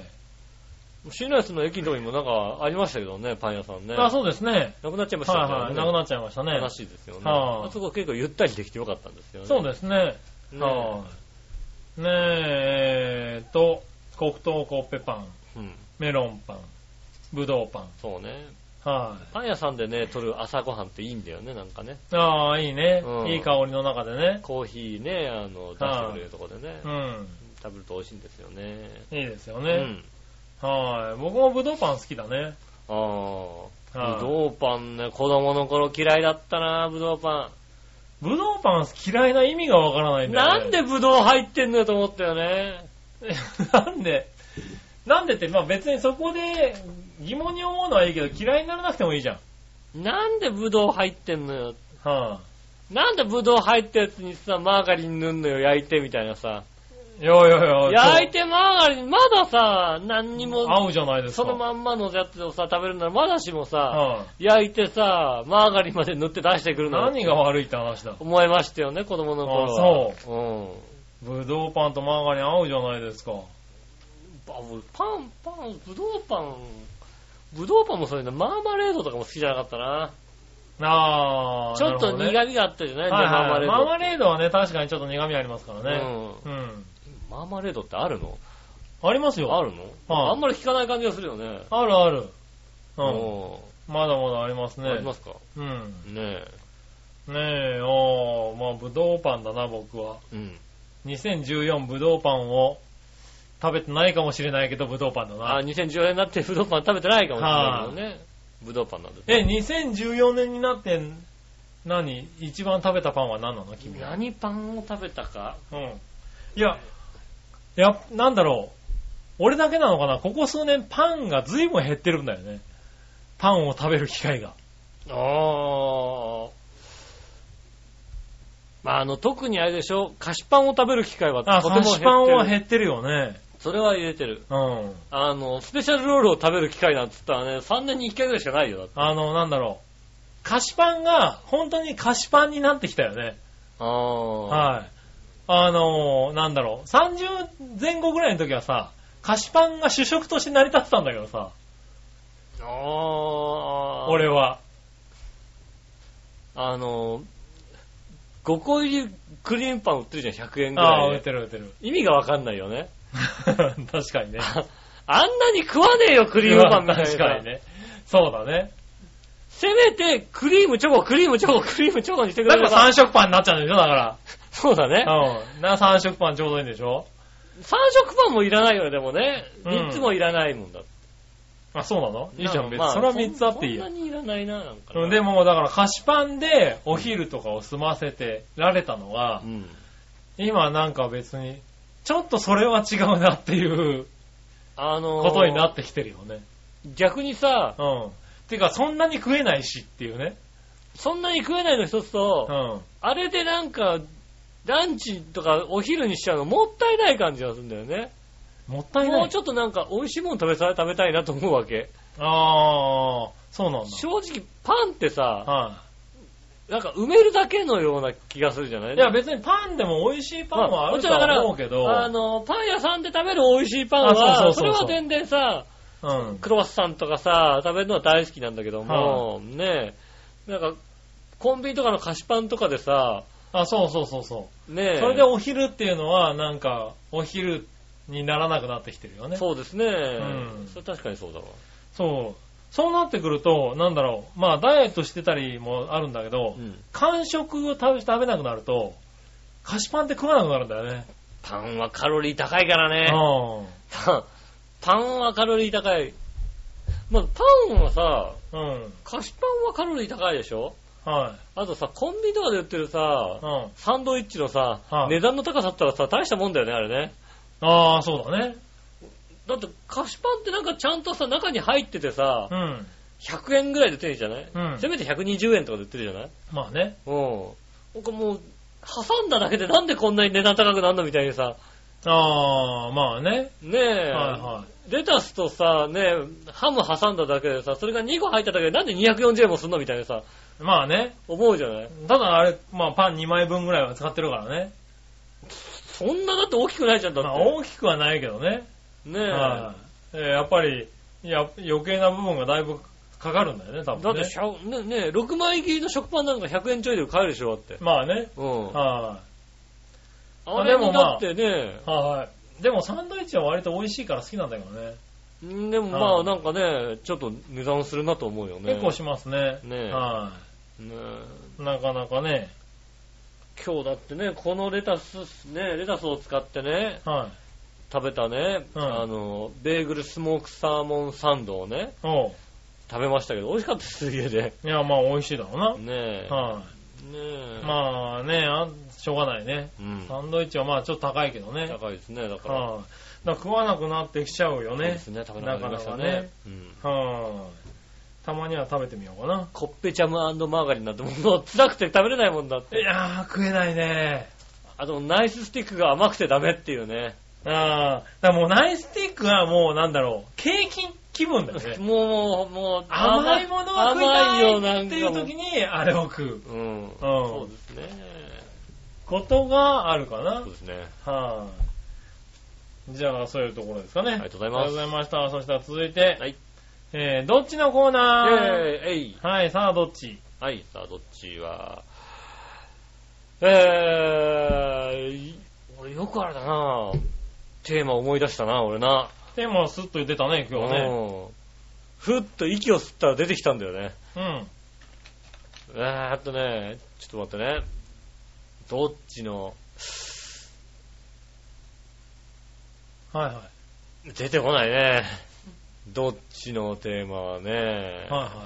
シーナイスの駅のとこにもなんかありましたけどね、パン屋さんね。 あ、そうですね。 なくなっちゃいましたね。はいはい、 なくなっちゃいましたね。 悲しいですよね。はい。あそこ結構ゆったりできてよかったんですよね。 そうですね。ねはい。ねえ、えーと、黒糖コッペパン、うん、メロンパン、ぶどうパン。 そうね。 はい、 パン屋さんでね、取る朝ごはんっていいんだよね、なんかね。 ああ、いいね、うん。いい香りの中でね。 コーヒーね、あの、出してくれるとこでね。うん。食べると美味しいんですよね。 いいですよね。うん。はい。僕もぶどうパン好きだね。 ああ。ぶどうパンね、子供の頃嫌いだったな、ぶどうパン。 ぶどうパン嫌いな意味がわからないんだよね。 なんでぶどう入ってんのよと思ったよね。 なんでなんでって、まあ別にそこで疑問に思うのはいいけど嫌いにならなくてもいいじゃん。なんでブドウ入ってんのよ。 はあ、 なんでブドウ入ったやつにさ、マーガリン塗んのよ、焼いてみたいなさ。 いやいやいや。 焼いてマーガリン、まださ、何にも。 合うじゃないですか。 そのまんまのやつをさ、食べるならまだしもさ、はあ、焼いてさ、マーガリンまで塗って出してくるの。 何が悪いって話だ。 思いましたよね、子供の頃は。 あ、そう。うん。ブドウパンとマーガリン合うじゃないですか。 パン、パン、ブドウパン、ブドウパンもそういうの、マーマレードとかも好きじゃなかったな。 ああ、 ちょっと苦味があったじゃない、 はいはい、マーマレード。マーマレードはね、確かにちょっと苦味ありますからね。うん。うん。 マーマレードってあるの？ ありますよ。 あるの？はあ、あんまり聞かない感じがするよね。 あるある。うん。まだまだありますね。 ありますか？ うん。 ねえ。ねえ、ああ、まあ、ブドウパンだな、僕は。うん。にせんじゅうよんブドウパンを、食べてないかもしれないけど、ブドウパンだな。 あ、にせんじゅうよねんになってブドウパン食べてないかもしれないけどね。ブドウパンなんです、ね。 え、にせんじゅうよねんになって、何一番食べたパンは何なの君は。 何パンを食べたかうん。いや、いや、なんだろう。俺だけなのかなここ数年パンが随分減ってるんだよね。パンを食べる機会が。 ああ。まあ、あの、特にあれでしょ菓子パンを食べる機会はとても減ってる。 あ、菓子パンは減ってるよね。 それは入れてる。 うん。 あの、スペシャルロールを食べる機会なんて言ったらね、さんねんにいっかいぐらいしかないよ。だってあの、なんだろう。菓子パンが、本当に菓子パンになってきたよね。 ああ。 はい。あの、なんだろう。さんじゅうぜん後ぐらいの時はさ、菓子パンが主食として成り立ってたんだけどさ。 ああ。 俺は。 あの、ごこ入りクリームパン売ってるじゃん、ひゃくえんぐらいで。 ああ、売ってる売ってる。 意味がわかんないよね。 確かにね。 あんなに食わねえよ、クリームパンみたいな。 確かにね。そうだね。 せめて、クリームチョコ、クリームチョコ、クリームチョコにしてくれれば。 だからさん食パンになっちゃうんでしょ、だから。 そうだね。 うん。な、さん食パンちょうどいいんでしょ。 さん食パンもいらないよね、でもね。みっつもいらないもんだって。 うん、あ、そうなの？いいじゃん、別に。それはみっつあっていいよ。 そんなにいらないな、なんかな。 でも、だから菓子パンでお昼とかを済ませてられたのが、うん、今なんか別に、ちょっとそれは違うなっていう、あのー、ことになってきてるよね。 逆にさ、 うん。てか、そんなに食えないしっていうね。 そんなに食えないの一つと、うん、あれでなんか、ランチとかお昼にしちゃうのもったいない感じがするんだよね。 もったいない。 もうちょっとなんか美味しいもの食べさ、食べたいなと思うわけ。 ああ、そうなんだ。 正直パンってさ、はい、なんか埋めるだけのような気がするじゃない？ いや別にパンでも美味しいパンはあるとは思うけど、 あの、パン屋さんで食べる美味しいパンは、そうそうそうそう、それは全然さ、うん、クロワッサンとかさ、食べるのは大好きなんだけども、はい、ねえ、なんか、コンビニとかの菓子パンとかでさ、 あ、そうそうそうそう。ねえ。それでお昼っていうのは、なんか、お昼にならなくなってきてるよね。 そうですね。うん。それ確かにそうだわ。 そう。そうなってくると、なんだろう。まあ、ダイエットしてたりもあるんだけど、うん、間食を食べ、食べなくなると、菓子パンって食わなくなるんだよね。 パンはカロリー高いからね。うん。パン、パンはカロリー高い。まあ、パンはさ、うん。菓子パンはカロリー高いでしょ？はい。あとさ、コンビニとかで売ってるさ、うん、サンドイッチのさ、はい、値段の高さったらさ、大したもんだよね、あれね。 ああ、そうだね。 だって、菓子パンってなんかちゃんとさ、中に入っててさ、うん、ひゃくえんぐらいで売ってるじゃない？うん、せめてひゃくにじゅうえんとかで売ってるじゃない？ まあね。 うん。僕もう、挟んだだけでなんでこんなに値段高くなるのみたいにさ。 ああ、まあね。 ねえ。はいはい。レタスとさ、ね、ハム挟んだだけでさ、それがにこ入っただけでなんでにひゃくよんじゅうえんもすんのみたいなさ。 まあね。 思うじゃない？ ただあれ、まあパンにまいぶんぐらいは使ってるからね。 そんなだって大きくないじゃんだって。まあ大きくはないけどね。ねえ。はい、えー、やっぱり、いや、余計な部分がだいぶかかるんだよね、多分ね。 だってしゃ、ね、ね、ろくまい切りの食パンなんかひゃくえんちょいで買えるでしょ、だって。 まあね。うん。はい、 あ。あれもだってね。 はい。でもサンドイッチは割と美味しいから好きなんだけどね。 でもまあなんかね、ちょっと値段するなと思うよね。 結構しますね。ねえ。はい。ねえ。なかなかね。 今日だってね、このレタス、ね、レタスを使ってね、はい、食べたね、うん、あの、ベーグルスモークサーモンサンドをね、おう食べましたけど、美味しかったです、家で。 いや、まあ美味しいだろうな。 ねえ。はい。ねえ。まあねあ、しょうがないね、うん。サンドイッチはまあちょっと高いけどね。 高いですね、だから。はあだから食わなくなってきちゃうよね。そうですね、食べなくなりましたね。なかなかね。 うん、はあ、たまには食べてみようかな。 コッペチャム&マーガリンなんてもう辛くて食べれないもんだって。 いやー、食えないね。 あと、ナイススティックが甘くてダメっていうね。 ああ、だからもうナイススティックはもうなんだろう、ケーキ気分だよね。 もう、もう、 甘いものは食いたいっていう時にあれを食う。うん。うん。 そうですね。 ことがあるかな。 そうですね。 はあ。じゃあ、そういうところですかね。ありがとうございます。 ありがとうございました。そしたら続いて、はい。えー、どっちのコーナー？ えー、えい。 はい、さあ、どっち？ はい、さあ、どっちは、えー、俺よくあれだなテーマ思い出したな、俺な。 テーマはスッと出たね、今日はね。 ふっと息を吸ったら出てきたんだよね。 うん。 えーっとね、ちょっと待ってね。どっちの、 はいはい。 出てこないね。どっちのテーマはね。はいはい。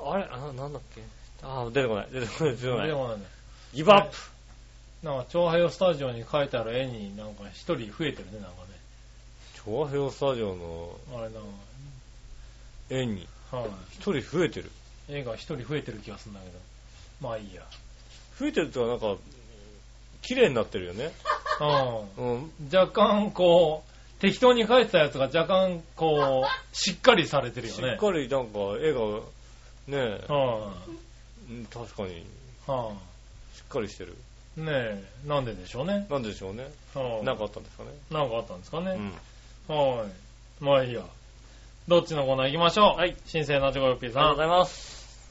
あれあ、なんだっけあ、出てこない。出てこない。出てこない。 出てこないね。 ギブアップ。 なんか、長平スタジオに書いてある絵になんか一人増えてるね、なんかね。 長平スタジオの、 あれな絵に、はい。一人増えてる。 絵が一人増えてる気がするんだけど。まあいいや。 増えてるってのはなんか、綺麗になってるよね。 うん。若干こう、適当に描いてたやつが若干こう、しっかりされてるよね。 しっかりなんか絵が、ねえ。はあ、確かに。はあ、しっかりしてる。 ねえ、なんででしょうね。 なんででしょうね。はあ、なんかあったんですかね。 なんかあったんですかね。うん。はい。まあいいや。どっちのコーナー行きましょう。はい。新生なちごよっぴーさん。 ありがとうございます。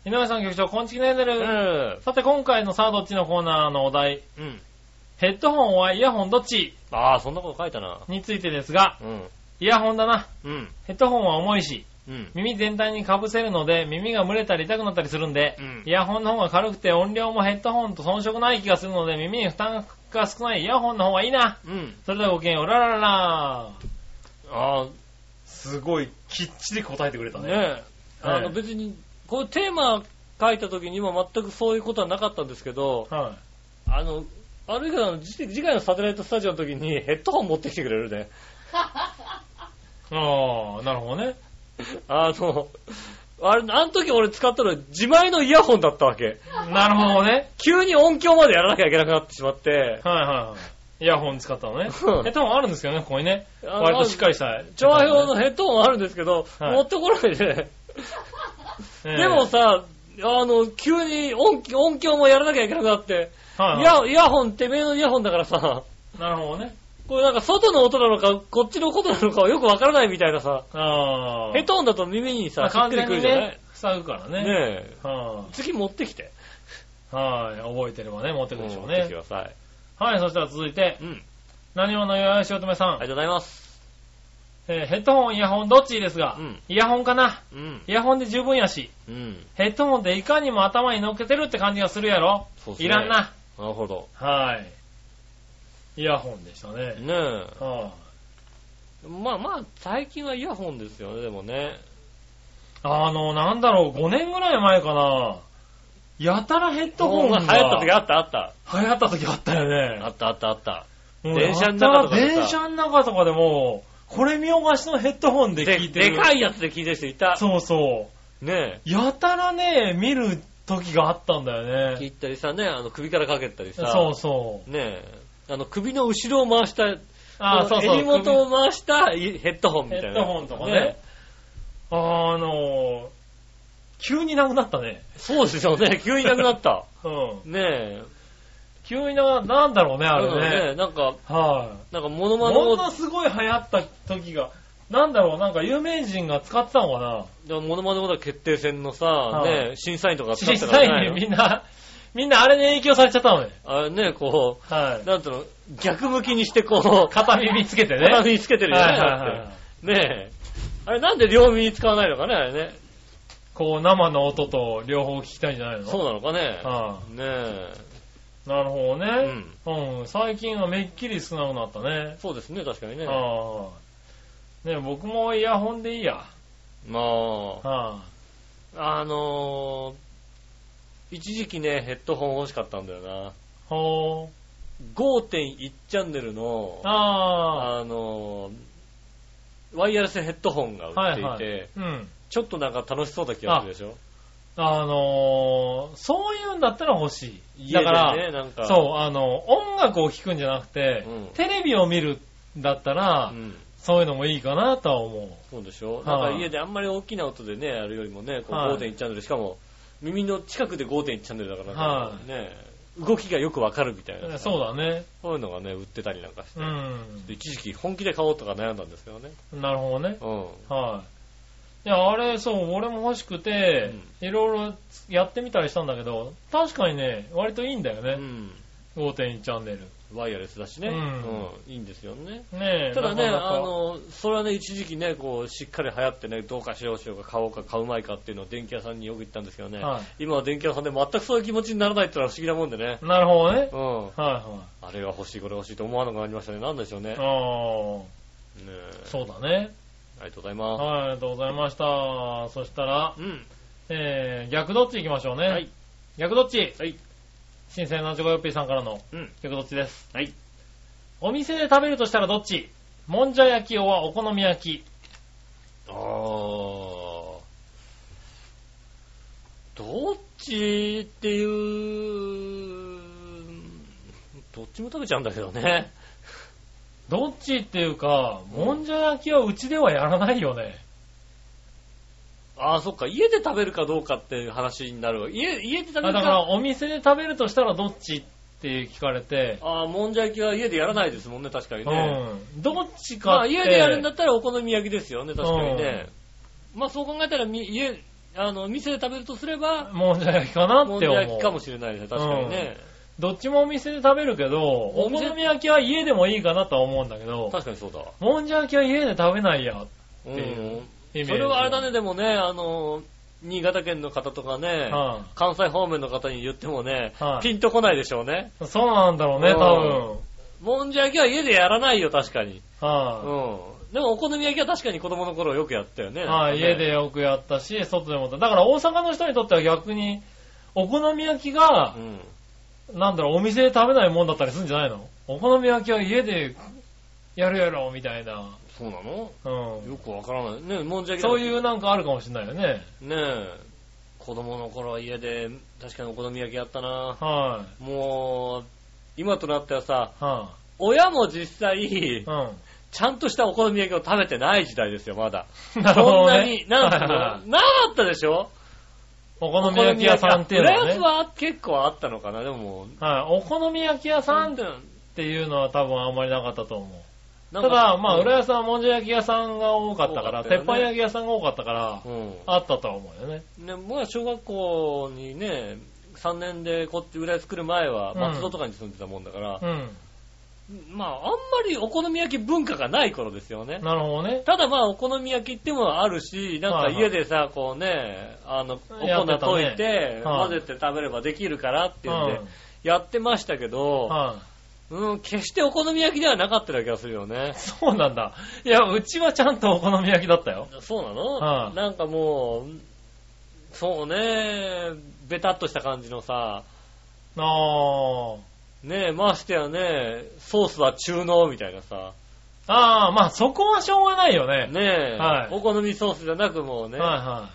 井上さん局長、こんちきねんでる。うん、さて、今回のさあどっちのコーナーのお題。うん。ヘッドホンはイヤホンどっち？ ああ、そんなこと書いたな。 についてですが、うん、イヤホンだな。うん。ヘッドホンは重いし、うん、耳全体に被せるので、耳が蒸れたり痛くなったりするんで、うん、イヤホンの方が軽くて音量もヘッドホンと遜色ない気がするので、耳に負担が少ないイヤホンの方がいいな。うん。それではごきげんよう、ララララ。ああ、すごい、きっちり答えてくれたね。ねえ。 あの、別に、こうテーマ書いた時にも全くそういうことはなかったんですけど、はい。あの、あるいは次回のサテライトスタジオの時にヘッドホン持ってきてくれるね。 ああ、なるほどね。 あの、あれ、あの時俺使ったの自前のイヤホンだったわけ。 なるほどね。 急に音響までやらなきゃいけなくなってしまって。はいはいはい。イヤホン使ったのね。ヘッドホンあるんですけどね、ここにね。割としっかりした。 調和表のヘッドホンあるんですけど、はい、持ってこないで。でもさ、あの、急に 音, 音響もやらなきゃいけなくなって、はいはい、イ, ヤイヤホン、てめえのイヤホンだからさ。 なるほどね。 これなんか外の音なのか、こっちの音なのかはよくわからないみたいなさ。あヘッドホンだと耳にさ、しっくりくるじゃない、ね、 塞ぐからね。 ねえ。はあ、次持ってきて。 はい、覚えてればね、持ってくるでしょうね。 持ってきてください。 はい、そしたら続いて、うん。何話のよやしおとめさん。 ありがとうございます。 えー、ヘッドホン、イヤホン、どっちですが、うん、イヤホンかな、うん、イヤホンで十分やし、うん、ヘッドホンでいかにも頭に乗っけてるって感じがするやろ。そうですね。いらんな。 なるほど。 はい。イヤホンでしたね。 ねえ。はあ、まあまあ、最近はイヤホンですよね、でもね。 あの、なんだろう、ごねんぐらい前かな。やたらヘッドホンが流行った時あったあった。 流行った時あったよね。 あったあったあった。 電車の中とかで電車の中とかでも、これ見よがしのヘッドホンで聞いてる。 で、でかいやつで聞いてる人いた。 そうそう。ねえ。やたらね、見る時があったんだよね。 聞いたりさ、ね、あの首からかけたりさ。 そうそう。 ねえ。あの首の後ろを回した、あそうそう。襟元を回したヘッドホンみたいな。 ヘッドホンとかね。ねあのー、急になくなったね。 そうですよね。急になくなった。うん。ねえ。 急にな、なんだろうね、あれね。 ねなんか、はい、なんかモノマネを。ものすごい流行った時が、なんだろう、なんか有名人が使ってたのかな。 でもモノマネもだ決定戦のさ、はい、ね審査員とか使ってたからね。審査員みんな、みんなあれに影響されちゃったのね。 あれね、こう、はい、なんていうの、逆向きにしてこう、 片耳つけてね。 片耳つけてるよね。はいはいはい、ねえ。あれなんで両耳使わないのかね、あれね。 こう生の音と両方聞きたいんじゃないの？ そうなのかね。はあ、ねえ。 なるほどね、うん。うん。最近はめっきり少なくなったね。 そうですね、確かにね。 ああ。ね僕もイヤホンでいいや。 まあ。はあ。あのー、一時期ね、ヘッドホン欲しかったんだよな。ほー。ごてんいち チャンネルの、ああのー、ワイヤレスヘッドホンが売っていて、はいはい、うん、ちょっとなんか楽しそうな気がするでしょ。 あのー、そういうんだったら欲しい。だから、ね、なんかそう、あの、音楽を聴くんじゃなくて、うん、テレビを見るんだったら、うん、そういうのもいいかなとは思う。 そうでしょ、はあ、なんか家であんまり大きな音でね、やるよりもね、こう ごてんいち チャンネル、しかも耳の近くで ごてんいち チャンネルだから、はあ、ね、動きがよくわかるみたいな。 そうだね。 そういうのがね、売ってたりなんかして、うん、一時期本気で買おうとか悩んだんですけどね。 なるほどね。うん。はい、あ、いや、あれ、そう、俺も欲しくて、いろいろやってみたりしたんだけど、確かにね、割といいんだよね。うん、ごてんいち チャンネル。 ワイヤレスだしね。うん。うん、いいんですよね。ねえ。ただね、あの、それはね、一時期ね、こう、しっかり流行ってね、どうかしようしようか、買おうか買うまいかっていうのを電気屋さんによく言ったんですけどね。はい、今は電気屋さんで全くそういう気持ちにならないってのは不思議なもんでね。 なるほどね。うん。はいはい。 あれが欲しい、これ欲しいと思わなくなりましたね。なんでしょうね。ああ。 ねえ。そうだね。 ありがとうございます。 はい、ありがとうございました。そしたら、うん、えー、逆どっち行きましょうね。はい。逆どっち。はい。新鮮なチョコヨッピーさんからの、うん、逆どっちです。はい。お店で食べるとしたらどっち？もんじゃ焼きはお好み焼き。あー。 どっちっていう、どっちも食べちゃうんだけどね。 どっちっていうか、もんじゃ焼きはうちではやらないよね。 ああ、そっか。家で食べるかどうかっていう話になるわ。家、家で食べるか。 だからお店で食べるとしたらどっちって聞かれて。 ああ、もんじゃ焼きは家でやらないですもんね、確かにね。 うん。どっちかって。まあ家でやるんだったらお好み焼きですよね、確かにね。うん、まあそう考えたら、家、 あの、店で食べるとすれば、 もんじゃ焼きかなって思う。もんじゃ焼きかもしれないですね、確かにね。 うん、どっちもお店で食べるけど、お好み焼きは家でもいいかなとは思うんだけど、 確かにそうだ。 もんじゃ焼きは家で食べないや、っていう、うん。 それはあれだね、でもね、あの、新潟県の方とかね、はあ、関西方面の方に言ってもね、はあ、ピンとこないでしょうね。 そうなんだろうね、多分。 もんじゃ焼きは家でやらないよ、確かに。 はあ、 うん。でもお好み焼きは確かに子供の頃よくやったよね。 はい、 ね、 家でよくやったし、外でも。だから大阪の人にとっては逆に、お好み焼きが、うん、なんだろう、お店で食べないもんだったりするんじゃないの？お好み焼きは家でやるやろ、みたいな。 そうなの？ うん。 よくわからない。ね、もんじゃ焼きそういうなんかあるかもしれないよね。 ねえ。子供の頃は家で、確かにお好み焼きやったな。 はい。 もう、今となってはさ、 はい、 親も実際、 うん、 ちゃんとしたお好み焼きを食べてない時代ですよ、まだ。 なるほどね。 そんなに、なんつうの、なかったでしょ？ お好み焼き屋さんっていうのはね。 浦安は結構あったのかな、でも。 はい。お好み焼き屋さんっていうのは多分あんまりなかったと思う。ただ、まあ、浦安はもんじゃ焼き屋さんが多かったから、ね、鉄板焼き屋さんが多かったから、うん、あったとは思うよね。 ね、僕は小学校にね、さんねんでこっち浦安来る前は松戸とかに住んでたもんだから、 うん、 まあ、あんまりお好み焼き文化がない頃ですよね。 なるほどね。 ただまあ、お好み焼きってものあるし、なんか家でさ、はいはい、こうね、あの、お粉溶いて、混ぜて食べればできるからっていうんで、やってましたけど、 はい、 うん、決してお好み焼きではなかったような気がするよね。 そうなんだ。いや、うちはちゃんとお好み焼きだったよ。 そうなの？ はい、 なんかもう、そうね、ベタっとした感じのさ、 あー。 ねえ、ましてやね、ソースは中濃みたいなさ。 ああ、まあそこはしょうがないよね。 ねえ、 はい、 お好みソースじゃなくもうね。 はいはい。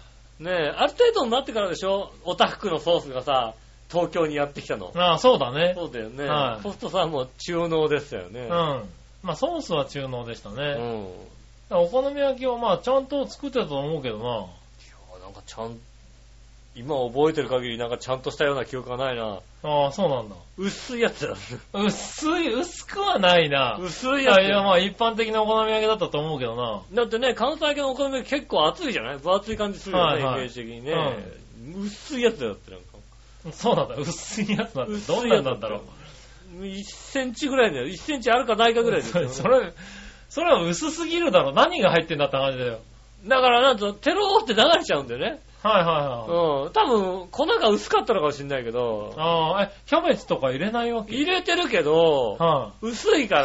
ねえ、ある程度になってからでしょ？おたふくのソースがさ、東京にやってきたの。 ああ、そうだね。 そうだよね。 はい、 そうするとさ、もう中濃ですよね。 うん。まあソースは中濃でしたね。 うん。 お好み焼きをまあちゃんと作ってたと思うけどな。いや、 なんかちゃんと。今覚えてる限りなんかちゃんとしたような記憶がないな。 ああ、そうなんだ。 薄いやつだ。 薄い、薄くはないな。 薄いやつ。 いや、まあ一般的なお好み焼きだったと思うけどな。 だってね、関西焼きのお好み焼き結構厚いじゃない？分厚い感じするよね、はいはい、イメージ的にね、うん。薄いやつだよってなんか。 そうなんだ、薄いやつなんだ。どんなんなんだろう。いっセンチぐらいだよ。いっセンチあるかないかぐらいですよ、ね。 それ、それは薄すぎるだろ。何が入ってんだって感じだよ。 だからなんと、テローって流れちゃうんだよね。 はいはいはい。 うん。多分、粉が薄かったのかもしれないけど。 ああ、え、キャベツとか入れないわけ？ 入れてるけど、 はあ、 薄いから、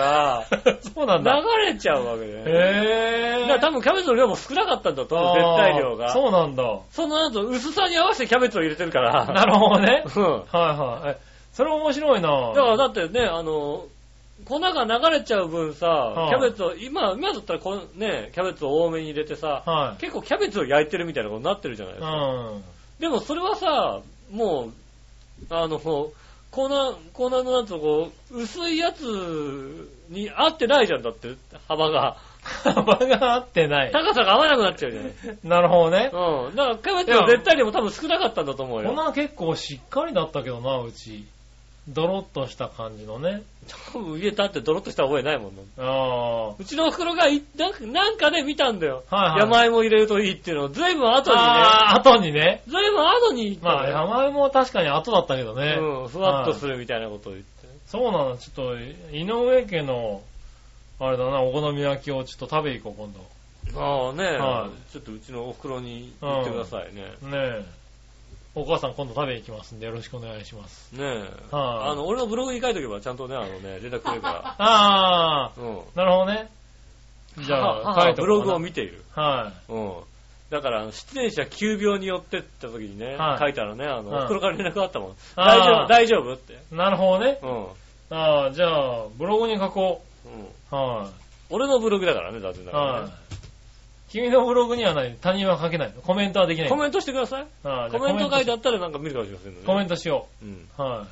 そうなんだ。 流れちゃうわけね。 へぇー。 だから多分キャベツの量も少なかったんだと思う、絶対量が。 そうなんだ。 その後、薄さに合わせてキャベツを入れてるから。 なるほどね。 うん。 はいはい。え、それ面白いな。 だからだってね、あの、粉が流れちゃう分さ、はあ、キャベツを、今、今だったらこね、キャベツを多めに入れてさ、 はい、 結構キャベツを焼いてるみたいなことになってるじゃないですか。 うん、 でもそれはさ、もう、あの、粉、粉のなんとこう、薄いやつに合ってないじゃん、だって、幅が。 幅が合ってない。 高さが合わなくなっちゃうじゃない。 なるほどね。 うん。だからキャベツは絶対量も多分少なかったんだと思うよ。 粉結構しっかりだったけどな、うち。ドロッとした感じのね。 多分家立ってドロッとした覚えないもんな。 ああ。 うちのお袋がいなんかで見たんだよ。 はいはい。 山芋入れるといいっていうのをずいぶん後にね。 ああ、後にね。 ずいぶん後に言ったまあ山芋は確かに後だったけどね。 うん、ふわっとするみたいなことを言って。 そうなの、ちょっと、井上家の、あれだな、お好み焼きをちょっと食べ行こう、今度。ああね、 はい、 ちょっとうちのお袋に言ってくださいね。 うん、ねえ。お母さん今度食べに行きますんでよろしくお願いします。 ねえ。 はい、 あの、俺のブログに書いとけばちゃんとね、あのね、連絡くれるから。 ああ、うん。なるほどね。じゃあ、書いとブログを見ている。 はい。 うん。だから、出演者急病によってって時にね、はい、書いたらね、あの、お袋から連絡あったもん。大丈夫、大丈夫って。 なるほどね。 うん。 ああ、じゃあ、ブログに書こう。うん。はい。 俺のブログだからね、だってだからね。はい。 君のブログには何？他人は書けないの？コメントはできないの？ コメントしてください。 ああ、 コメント書いてあったらなんか見るかもしれませんね。 コメントしよう。うん。 はい。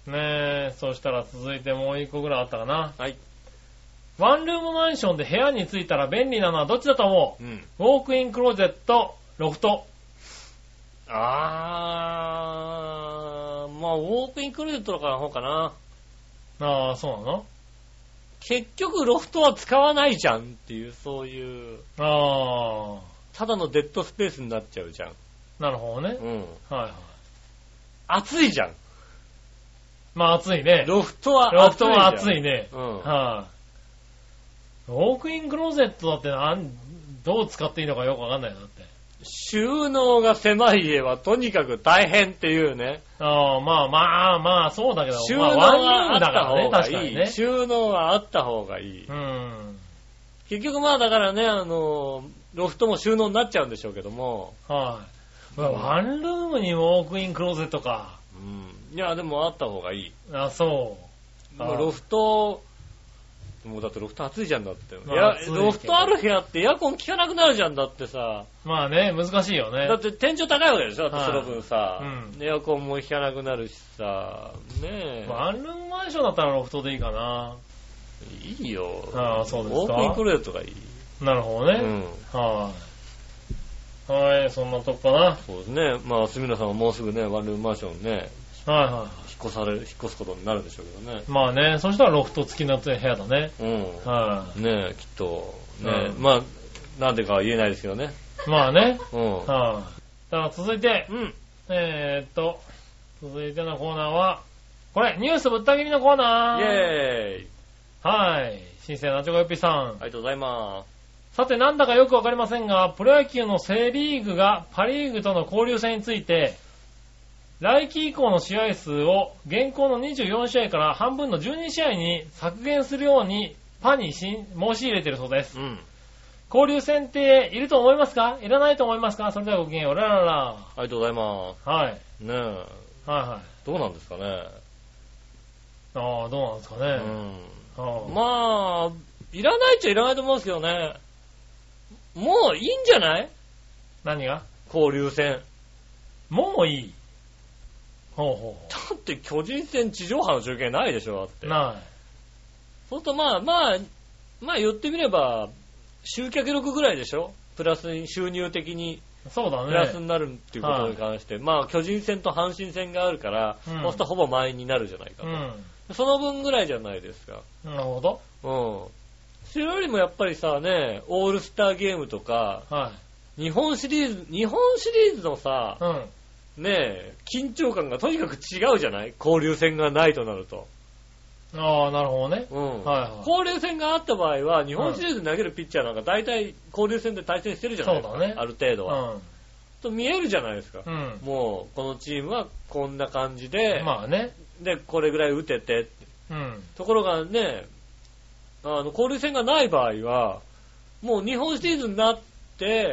ねえ、そしたら続いてもう一個ぐらいあったかな。 はい。 ワンルームマンションで部屋に着いたら便利なのはどっちだと思う？うん。ウォークインクローゼット、ロフト。 あー、まあウォークインクローゼットの方かな。 ああ、そうなの？ 結局ロフトは使わないじゃんっていう、そういう。 ああ。 ただのデッドスペースになっちゃうじゃん。 なるほどね。 うん。 はいはい。 暑いじゃん。 まあ暑いね。 ロフトは暑い。 ロフトは暑いね。 うん。 はい、ウォークインクローゼットだってなん、どう使っていいのかよくわかんないよ、だって。 収納が狭い家はとにかく大変っていうね。 ああ、まあまあまあ、そうだけど。 収納があった方がいい。 まあ、ね、 収納があった方がいい。 うん。 結局まあだからね、あの、ロフトも収納になっちゃうんでしょうけども。 はい、あ。ワンルームにウォークインクローゼットか。 うん。いや、でもあった方がいい。 あ、そう。 もうロフト、もうだってロフト暑いじゃんだって。まあ、いや、ロフトある部屋ってエアコン効かなくなるじゃんだってさ。 まあね、難しいよね。 だって天井高いわけでしょだってその分さ、 うん。 エアコンも効かなくなるしさ、ねえ。 ワンルームマンションだったらロフトでいいかな。 いいよ。 ああ、そうですか。 ウォークインクローゼットがいい。 なるほどね。うん。はい、あ、はい、そんなとこかな。 そうですね。まあ、杉村さんはもうすぐね、ワンルームマンションね。 はいはい。 引っ越される、引っ越すことになるんでしょうけどね。 まあね、そしたらロフト付きの部屋だね。 うん。 はい、 ねえ、きっと、ね、うん、まあ、なんでかは言えないですけどね。 まあね。 うん。 はい、だから続いて、 うん。 えーっと、続いてのコーナーは、これ、ニュースぶった切りのコーナー。 イェーイ。 はい。新鮮なチョコヨッピーさん。ありがとうございます。 さて、なんだかよくわかりませんが、プロ野球のセリーグがパリーグとの交流戦について、来季以降の試合数を現行のにじゅうよんしあいから半分のじゅうにしあいに削減するようにパに申し入れているそうです。 うん。 交流戦っていると思いますか？いらないと思いますか？それではごきげんよう。ラララ。 ありがとうございます。 はい。 ねえ。 はいはい。 どうなんですかね。 ああ、どうなんですかね。 うん。あまあ、いらないっちゃいらないと思うんですけどね。もういいんじゃない？ 何が？ 交流戦。 もういい。ほうほう。 だって巨人戦地上波の中継ないでしょだって。 ない。 そうするとまあまあ、まあ言ってみれば、集客力ぐらいでしょプラスに収入的に。 そうだね。 プラスになるっていうことに関して。はい、まあ巨人戦と阪神戦があるから、うん、そうするとほぼ満員になるじゃないかと。うん、その分ぐらいじゃないですか。 なるほど。 うん。それよりもやっぱりさね、オールスターゲームとか、はい、日本シリーズ、日本シリーズのさ、うんねえ、緊張感がとにかく違うじゃない交流戦がないとなると。 ああ、なるほどね。 うん。はいはい。交流戦があった場合は、日本シリーズ投げるピッチャーなんか大体交流戦で対戦してるじゃないですか。そうだね。ある程度は。うん。と見えるじゃないですか。うん。もう、このチームはこんな感じで、 まあね。 で、これぐらい打ててって。うん。ところがね、あの、交流戦がない場合は、もう日本シリーズになって、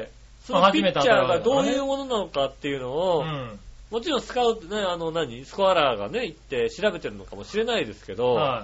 そのピッチャーがどういうものなのかっていうのを、うん、もちろんスカウトね、あの何、スコアラーがね、行って調べてるのかもしれないですけど、はい、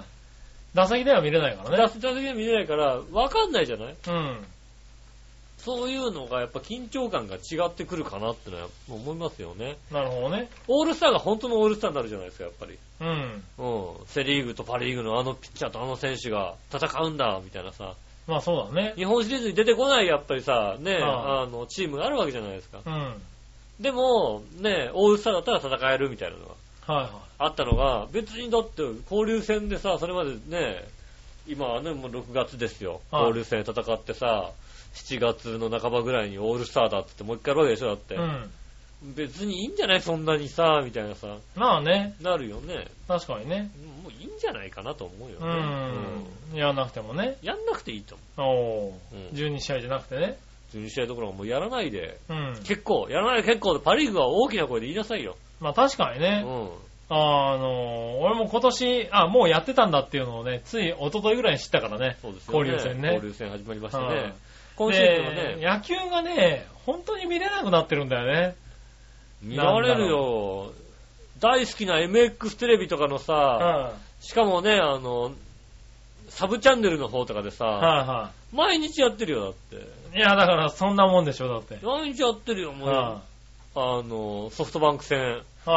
打席では見れないからね。 打席では見れないから、わかんないじゃない？うん。そういうのがやっぱ緊張感が違ってくるかなってのは思いますよね。 なるほどね。 オールスターが本当のオールスターになるじゃないですか、やっぱり。うん。うん。セリーグとパリーグのあのピッチャーとあの選手が戦うんだ、みたいなさ。 まあそうだね。 日本シリーズに出てこないやっぱりさ、ね、あの、チームがあるわけじゃないですか。うん。でも、ね、オールスターだったら戦えるみたいなのが。はいはい。あったのが、別にだって交流戦でさ、それまでね、今はね、もうろくがつですよ。はい、交流戦戦ってさ、しちがつの半ばぐらいにオールスターだってもう一回やるわけでしょ、だって。うん。別にいいんじゃないそんなにさ、みたいなさ。 まあね。 なるよね。 確かにね。 もういいんじゃないかなと思うよね。 うん。うん、やんなくてもね。 やんなくていいと思う。おー。うん、じゅうにしあいじゃなくてね。 じゅうにしあいどころかもうやらないで。うん。結構、やらないで結構でパリーグは大きな声で言いなさいよ。 まあ確かにね。うん。あ、あのー、俺も今年、あ、もうやってたんだっていうのをね、つい一昨日ぐらいに知ったからね。そうですよね。交流戦ね。 交流戦始まりましたね。うん今シーズンはね、野球がね、本当に見れなくなってるんだよね。 見られるよ。大好きな エムエックス テレビとかのさ、うん、しかもね、あの、サブチャンネルの方とかでさ、はいはい、毎日やってるよ、だって。 いや、だからそんなもんでしょ、だって。 毎日やってるよ、もう。はあ、あの、ソフトバンク戦。はい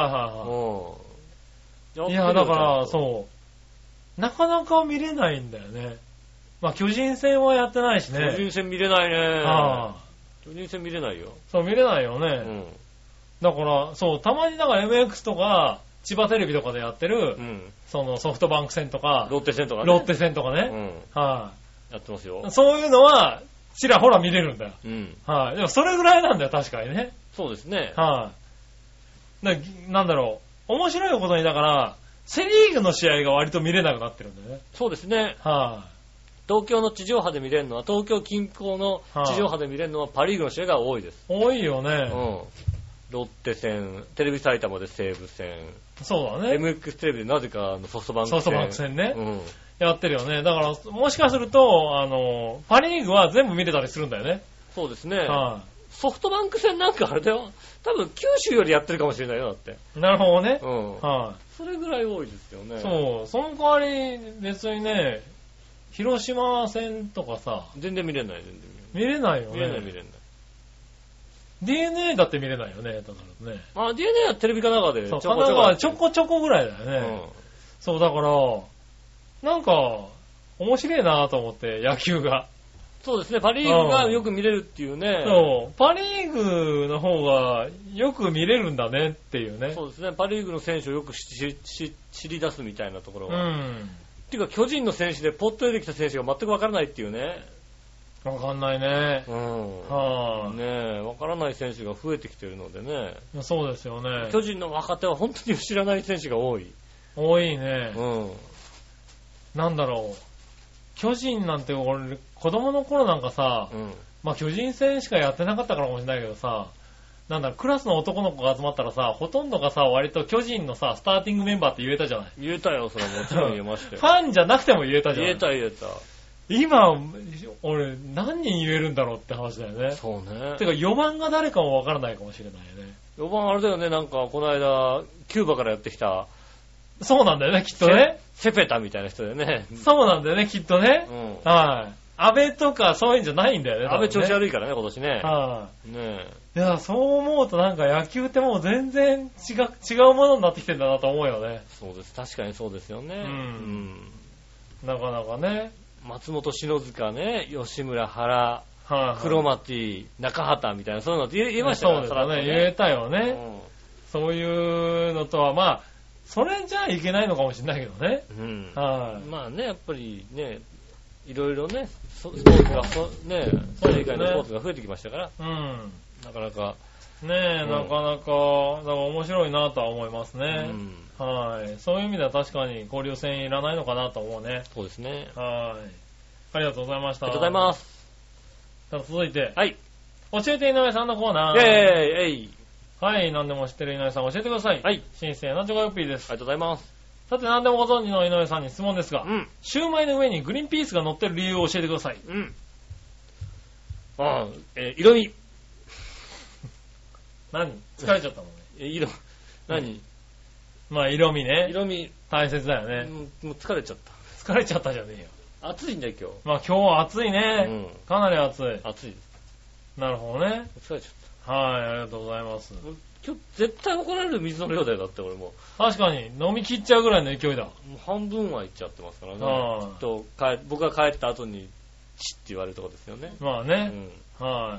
はいはい。 いや、だから、そう。なかなか見れないんだよね。まあ、巨人戦はやってないしね。 巨人戦見れないね。はあ、巨人戦見れないよ。 そう、見れないよね。うん。だから、そう、たまにだから エムエックス とか、千葉テレビとかでやってる、うん、そのソフトバンク戦とか、 ロッテ戦とかね。 ロッテ戦とかね。うん。はい、 あ、やってますよ。 そういうのは、ちらほら見れるんだよ。うん。はい、あ、でもそれぐらいなんだよ、確かにね。 そうですね。 はい、あ、な, なんだろう。面白いことにだから、セリーグの試合が割と見れなくなってるんだよね。 そうですね。 はい、あ、 東京の地上波で見れるのは、東京近郊の地上波で見れるのはパリーグの試合が多いです。 多いよね。 うん。ロッテ戦、テレビ埼玉で西武戦。 そうだね。 エムエックス テレビでなぜかソフトバンク戦。 ソフトバンク戦ね。 うん。 やってるよね。だから、もしかすると、あの、パリーグは全部見れたりするんだよね。 そうですね。 はい、 ソフトバンク戦なんかあれだよ。多分九州よりやってるかもしれないよ、だって。 なるほどね。 うん。はい、それぐらい多いですよね。 そう。その代わり、別にね、広島戦とかさ。 全然見れない、全然見れない。見れないよね。 見れない、見れない。 ディーエヌエー だって見れないよね、だからね。 あ、ディーエヌエー はテレビ神奈川でちょこちょこ。 神奈川ちょこちょこぐらいだよね。うん、そう、だから、なんか、面白いなと思って、野球が。 そうですね、パリーグがよく見れるっていうね。 そう、パリーグの方がよく見れるんだねっていうね。 そうですね、パリーグの選手をよく知り出すみたいなところが。 うん。 っていうか、巨人の選手でポッと出てきた選手が全くわからないっていうね。 わかんないね。 うん。 はあ、ねえ、わからない選手が増えてきてるのでね。 そうですよね。 巨人の若手は本当に知らない選手が多い。 多いね。 うん。 なんだろう。巨人なんて俺、子供の頃なんかさ、うん、まあ巨人戦しかやってなかったからかもしれないけどさ、なんだ、クラスの男の子が集まったらさ、ほとんどがさ、割と巨人のさ、スターティングメンバーって言えたじゃない。 言えたよ、それはもちろん言えましたよ。 ファンじゃなくても言えたじゃん。 言えた言えた。 今、俺、何人言えるんだろうって話だよね。 そうね。 てか、よばんが誰かもわからないかもしれないよね。 よばんあれだよね、なんか、この間、キューバからやってきた。 そうなんだよね、きっとね。 セペタみたいな人だよね。 そうなんだよね、きっとね。 うん。 はい。安倍とかそういうんじゃないんだよね。 安倍調子悪いからね、今年ね。 はい。 ねえ。 いや、そう思うとなんか野球ってもう全然違う、違うものになってきてんだなと思うよね。 そうです。確かにそうですよね。うん。うん、 なかなかね。 松本篠塚ね、吉村原、はい、黒松、中畑みたいな、そういうのって言えましたよね。 そうですね。言えたよね、うん。そういうのとは、まあ、それじゃいけないのかもしれないけどね。 うん。 はい。 まあね、やっぱりね、いろいろね、スポーツが、ね、それ以外のスポーツが増えてきましたから。 うん。 なかなか。 ねえ、うん、なかなか、だから面白いなとは思いますね。うん。はい。そういう意味では確かに交流戦いらないのかなと思うね。 そうですね。 はい。ありがとうございました。 ありがとうございます。 さあ続いて。 はい。 教えて井上さんのコーナー。 イェーイえい。 はい、何でも知ってる井上さん教えてください。 はい。 新生なちょがよっぴーです。 ありがとうございます。 さて何でもご存知の井上さんに質問ですが、 うん。 シューマイの上にグリーンピースが乗ってる理由を教えてください。 うん。ああ、えー、色味。 何疲れちゃったもんね。 え、色、何、 うん、まあ色味ね。 色味。 大切だよね。 もう、もう疲れちゃった。 疲れちゃったじゃねえよ。 暑いんだよ今日。 まあ今日は暑いね。うん。かなり暑い。 暑い。 なるほどね。 疲れちゃった。 はい、ありがとうございます。 今日絶対怒られる水の量だよ、だって俺も。 確かに、飲み切っちゃうぐらいの勢いだ。もう半分はいっちゃってますからね。きっと帰、僕が帰った後に、チッって言われるとこですよね。 まあね。うん、はい。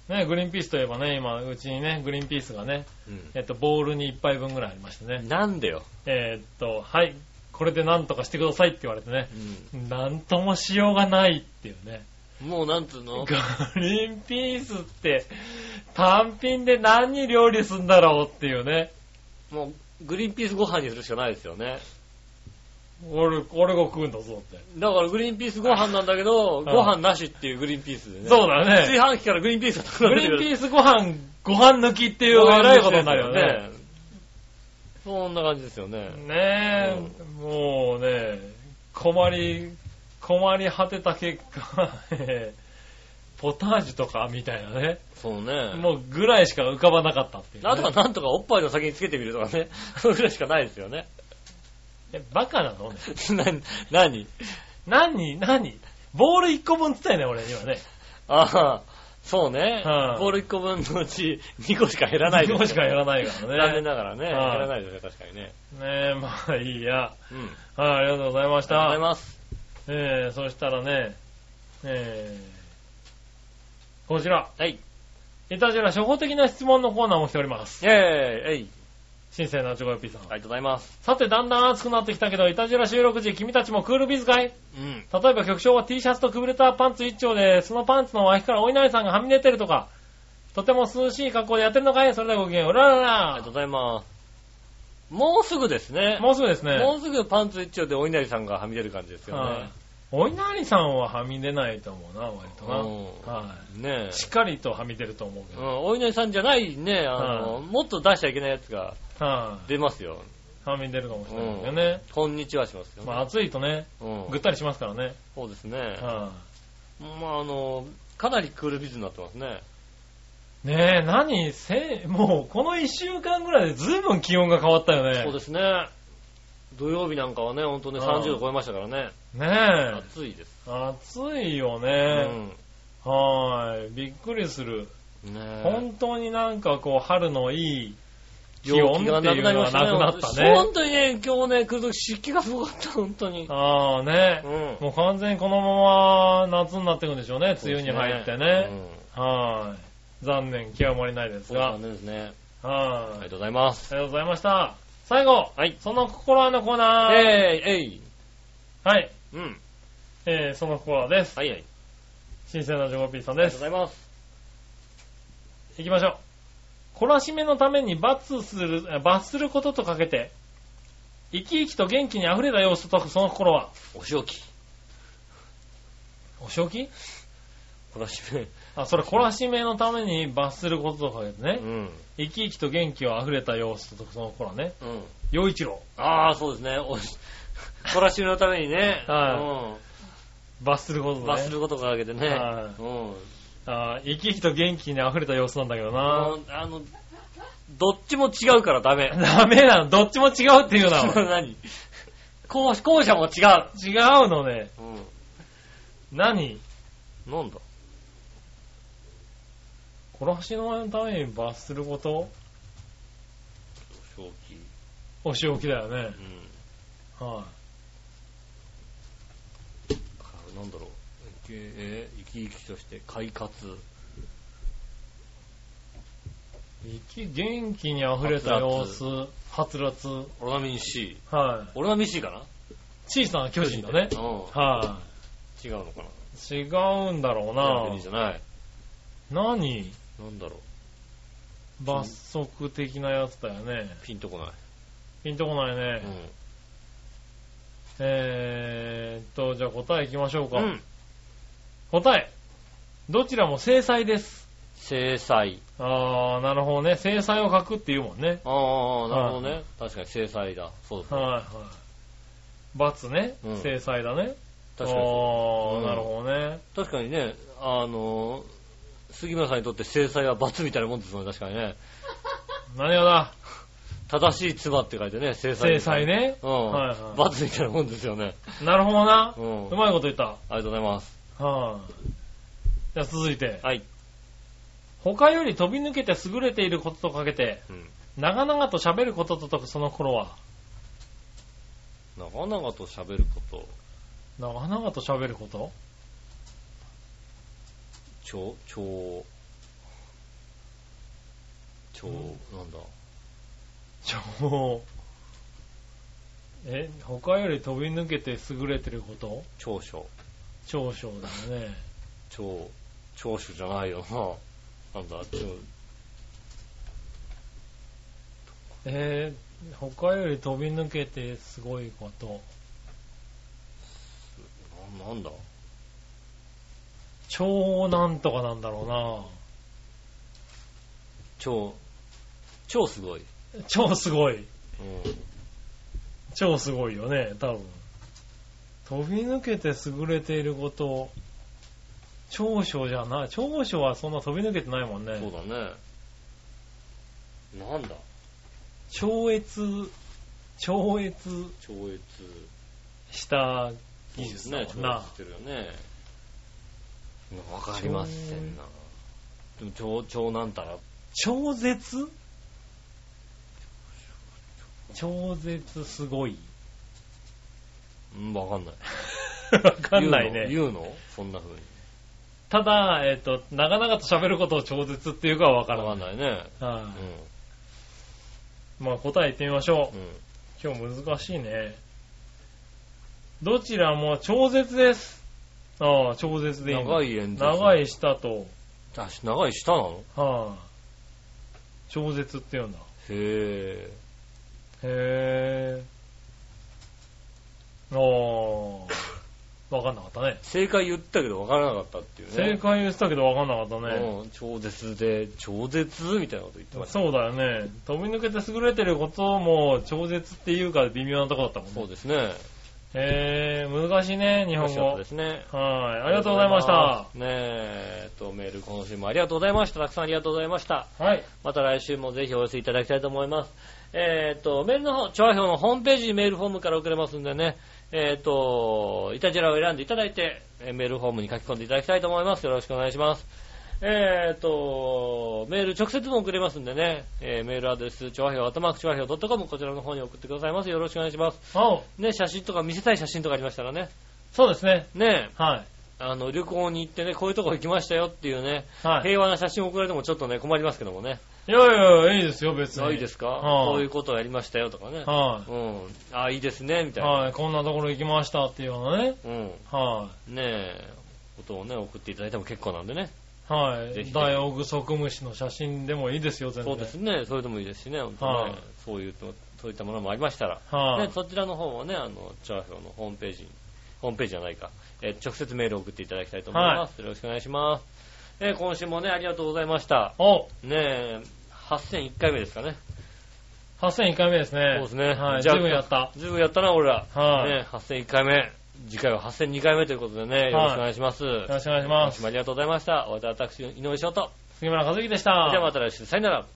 ね、グリーンピースといえばね、今、うちにね、グリーンピースがね、うん、えっと、ボールにいっぱいぶんぐらいありましてね。 なんでよ。 えー、っと、はい、これで何とかしてくださいって言われてね、うん、なんともしようがないっていうね。 もうなんつうの？ グリーンピースって単品で何に料理すんだろうっていうね。 もうグリーンピースご飯にするしかないですよね。 俺、俺が食うんだぞって。 だからグリーンピースご飯なんだけど、ご飯なしっていうグリーンピースでね。 そうだね。 炊飯器からグリーンピースが作られてる。グリーンピースご飯、ご飯抜きっていう偉いことになるよね。 そんな感じですよね。 ねえ、うん、もうね、困り、困り果てた結果、ポタージュとかみたいなね。 そうね。 もうぐらいしか浮かばなかったっていう、ね。 あとはなんとかおっぱいの先につけてみるとかね。それぐらいしかないですよね。 え、バカなのね。 な、何何何ボールいっこぶんつったよね、俺にはね。 ああ、そうね。 はあ、 ボールいっこぶんのうちにこしか減らないです、ね。 にこしか減らないからね。 残念ながらね。はあ、減らないですね、確かにね。 ねえ、まあいいや。 うん。 はい、あ、ありがとうございました。 ありがとうございます。 えー、そしたらね、えー、こちら。 はい。 いたじら初歩的な質問のコーナーも来ております。 イェーイえい。 新鮮なチョコヨッピーさん。 ありがとうございます。 さて、だんだん暑くなってきたけど、いたじら収録時、君たちもクールビズかい？ うん。 例えば局長は T シャツとくびれたパンツ一丁で、そのパンツの脇からお稲荷さんがはみ出てるとか、 とても涼しい格好でやってるのかい？それではごきげんよう。うららら。 ありがとうございます。もうすぐですね。 もうすぐですね。 もうすぐパンツ一丁でお稲荷さんがはみ出る感じですよね。はい、 お稲荷さんははみ出ないと思うな、割とな。はい。ねえ。しっかりとはみ出ると思うけど。 うん、お稲荷さんじゃないね、あの、はい、もっと出しちゃいけないやつが出ますよ。 はみ出るかもしれないよね、 うん。こんにちはしますよ、ね。 まあ暑いとね、うん、ぐったりしますからね。 そうですね。はい、まああの、かなりクールビズになってますね。 ねえ、何せ、もうこの一週間ぐらいで随分気温が変わったよね。 そうですね。土曜日なんかはね、ほんとね、さんじゅうど超えましたからね。 ねえ。 暑いです。 暑いよね。うん、はい。びっくりする。ねえ。本当になんかこう、春のいい気温っていうのがなくなったね。 本当にね、今日ね、来るとき湿気がすごかった、本当に。 ああね、うん。もう完全にこのまま夏になっていくんでしょうね、梅雨に入ってね。うん、はい。残念、極まりないですが。 残念ですね。はい。 ありがとうございます。 ありがとうございました。最後、はい。その心はのコーナー。 えい、えい。 はい。 うん。 えー、その心はです。 はいはい。 新鮮なジョコピーさんです。 ありがとうございます。 行きましょう。懲らしめのために罰する、罰することとかけて、生き生きと元気に溢れた様子とその心は。 お仕置き。 お仕置き？ 懲らしめ。 あ、それ懲らしめのために罰することとかですね。うん。生き生きと元気を溢れた様子とその頃ね。うん。陽一郎。 ああ、そうですね。懲らしめのためにね。 はい。うん。罰することね。 罰することがあげてね。 はい。うん。ああ、生き生きと元気に溢れた様子なんだけどな。 あの、どっちも違うからダメ。 ダメなの。どっちも違うっていうのは。 何後後者も違う。 違うのね。うん。何なんだ懲らしのために罰すること？ お仕置き。 お仕置きだよね。うん。はい、 あ。なんだろう。えー、生き生きとして快活。 生き、元気に溢れた様子。はつらつ。 オロナミン C。 はい。 オロナミン C かな？ 小さな巨人だね。うん。はい、 違うのかな？ 違うんだろうな。 いいじゃない。 何？ なんだろう。罰則的なやつだよね。 ピンとこない。 ピンとこないね。うん、えーっと、じゃあ答えいきましょうか。うん、答え。どちらも制裁です。 制裁。 あー、なるほどね。制裁を書くって言うもんね。 あー、なるほどね。はい、確かに制裁だ。そうですね。はいはい。 罰ね。うん、制裁だね。 確かに。 あー、うん、なるほどね。 確かにね、あのー、杉村さんにとって制裁は罰みたいなもんですもんね、確かにね。 何がだ正しい妻って書いてね、制裁。 制裁ね。 うん。はいはい。罰みたいなもんですよね。 なるほどな。うん。うまいこと言った。ありがとうございます。 はい、じゃあ続いて。 はい。 他より飛び抜けて優れていることとかけて、うん、長々と喋ることと解くその頃は。 長々と喋ること。 長々と喋ること？ 超、超、超、なんだ。 超、え、他より飛び抜けて優れてること？ 長所。 長所だね。 超、長所じゃないよな。なんだ、超。 えー、他より飛び抜けてすごいこと。 な、なんだ超なんとかなんだろうな。 超、超すごい。 超すごい。うん、超すごいよね、多分。飛び抜けて優れていること、長所じゃない。長所はそんな飛び抜けてないもんね。 そうだね。なんだ超越、超越、 超越した技術だもんな。 そうですね、超越してるよね。わかりませんな。でも超、超なんたら超絶超絶すごい。 うん、わかんない。 わかんないね。 言うの？言うの？そんな風に。 ただ、えっと、長々と喋ることを超絶っていうかはわからない。 わかんないね。はい、あ、 うん。まあ答え言ってみましょう。うん、今日難しいね。どちらも超絶です。ああ、超絶でいい。 長い演説。 長い舌と足長い舌なの？ はい、あ、超絶って言うんだ。 へぇー。へぇー。おー。わかんなかったね。 正解言ったけどわからなかったっていうね。 正解言ってたけどわかんなかったね。 うん、超絶で、超絶みたいなこと言ってました。 そうだよね。飛び抜けて優れてることも超絶っていうか微妙なとこだったもんね。 そうですね。 えー、難しいね、日本語。 そうですね。 はい。ありがとうございました。 ねえ、えっと、メール今週もありがとうございました。たくさんありがとうございました。 はい。 また来週もぜひお寄せいただきたいと思います。えっと、メールの方、調和表のホームページメールフォームから送れますんでね。えっと、イタジェラを選んでいただいて、メールフォームに書き込んでいただきたいと思います。よろしくお願いします。えっと、メール直接も送れますんでね、えー、メールアドレス、調和表、アットマーク調和表 .com こちらの方に送ってくださいます。よろしくお願いします。ね、写真とか見せたい写真とかありましたらね。 そうですね。 ね、 はい。 あの、旅行に行ってね、こういうとこ行きましたよっていうね、 はい、 平和な写真を送られてもちょっとね、困りますけどもね。 いやいや、いいですよ、別に。 いいですか、 はあ、 こういうことをやりましたよとかね。 はい、 うん。あ、いいですね、みたいな。 はい、こんなところ行きましたっていうようなね。 うん。 はい、 ねえ、ことをね、送っていただいても結構なんでね。 はい。ダイオウグソクムシの写真でもいいですよ、全然。 そうですね、それでもいいですしね、本当ね。はい、そういうと、そういったものもありましたら。はい、ね、そちらの方もね、あの、チャー表のホームページ、ホームページじゃないか、えー、直接メールを送っていただきたいと思います。はい、よろしくお願いします。えー、今週もね、ありがとうございました。 おねえ、はっせんいっかいめですかね。 はっせんいっかいめですね。 そうですね。 はい。十分やった。 十分やったな、俺ら。 はい。 ね、はっせんいっかいめ。次回ははっせんにかいめということでね、よろしくお願いします。はい、 よろしくお願いします。 今週もありがとうございました。おわた私、井上翔と。 杉村和之でした。 じゃあまた来週、さよなら。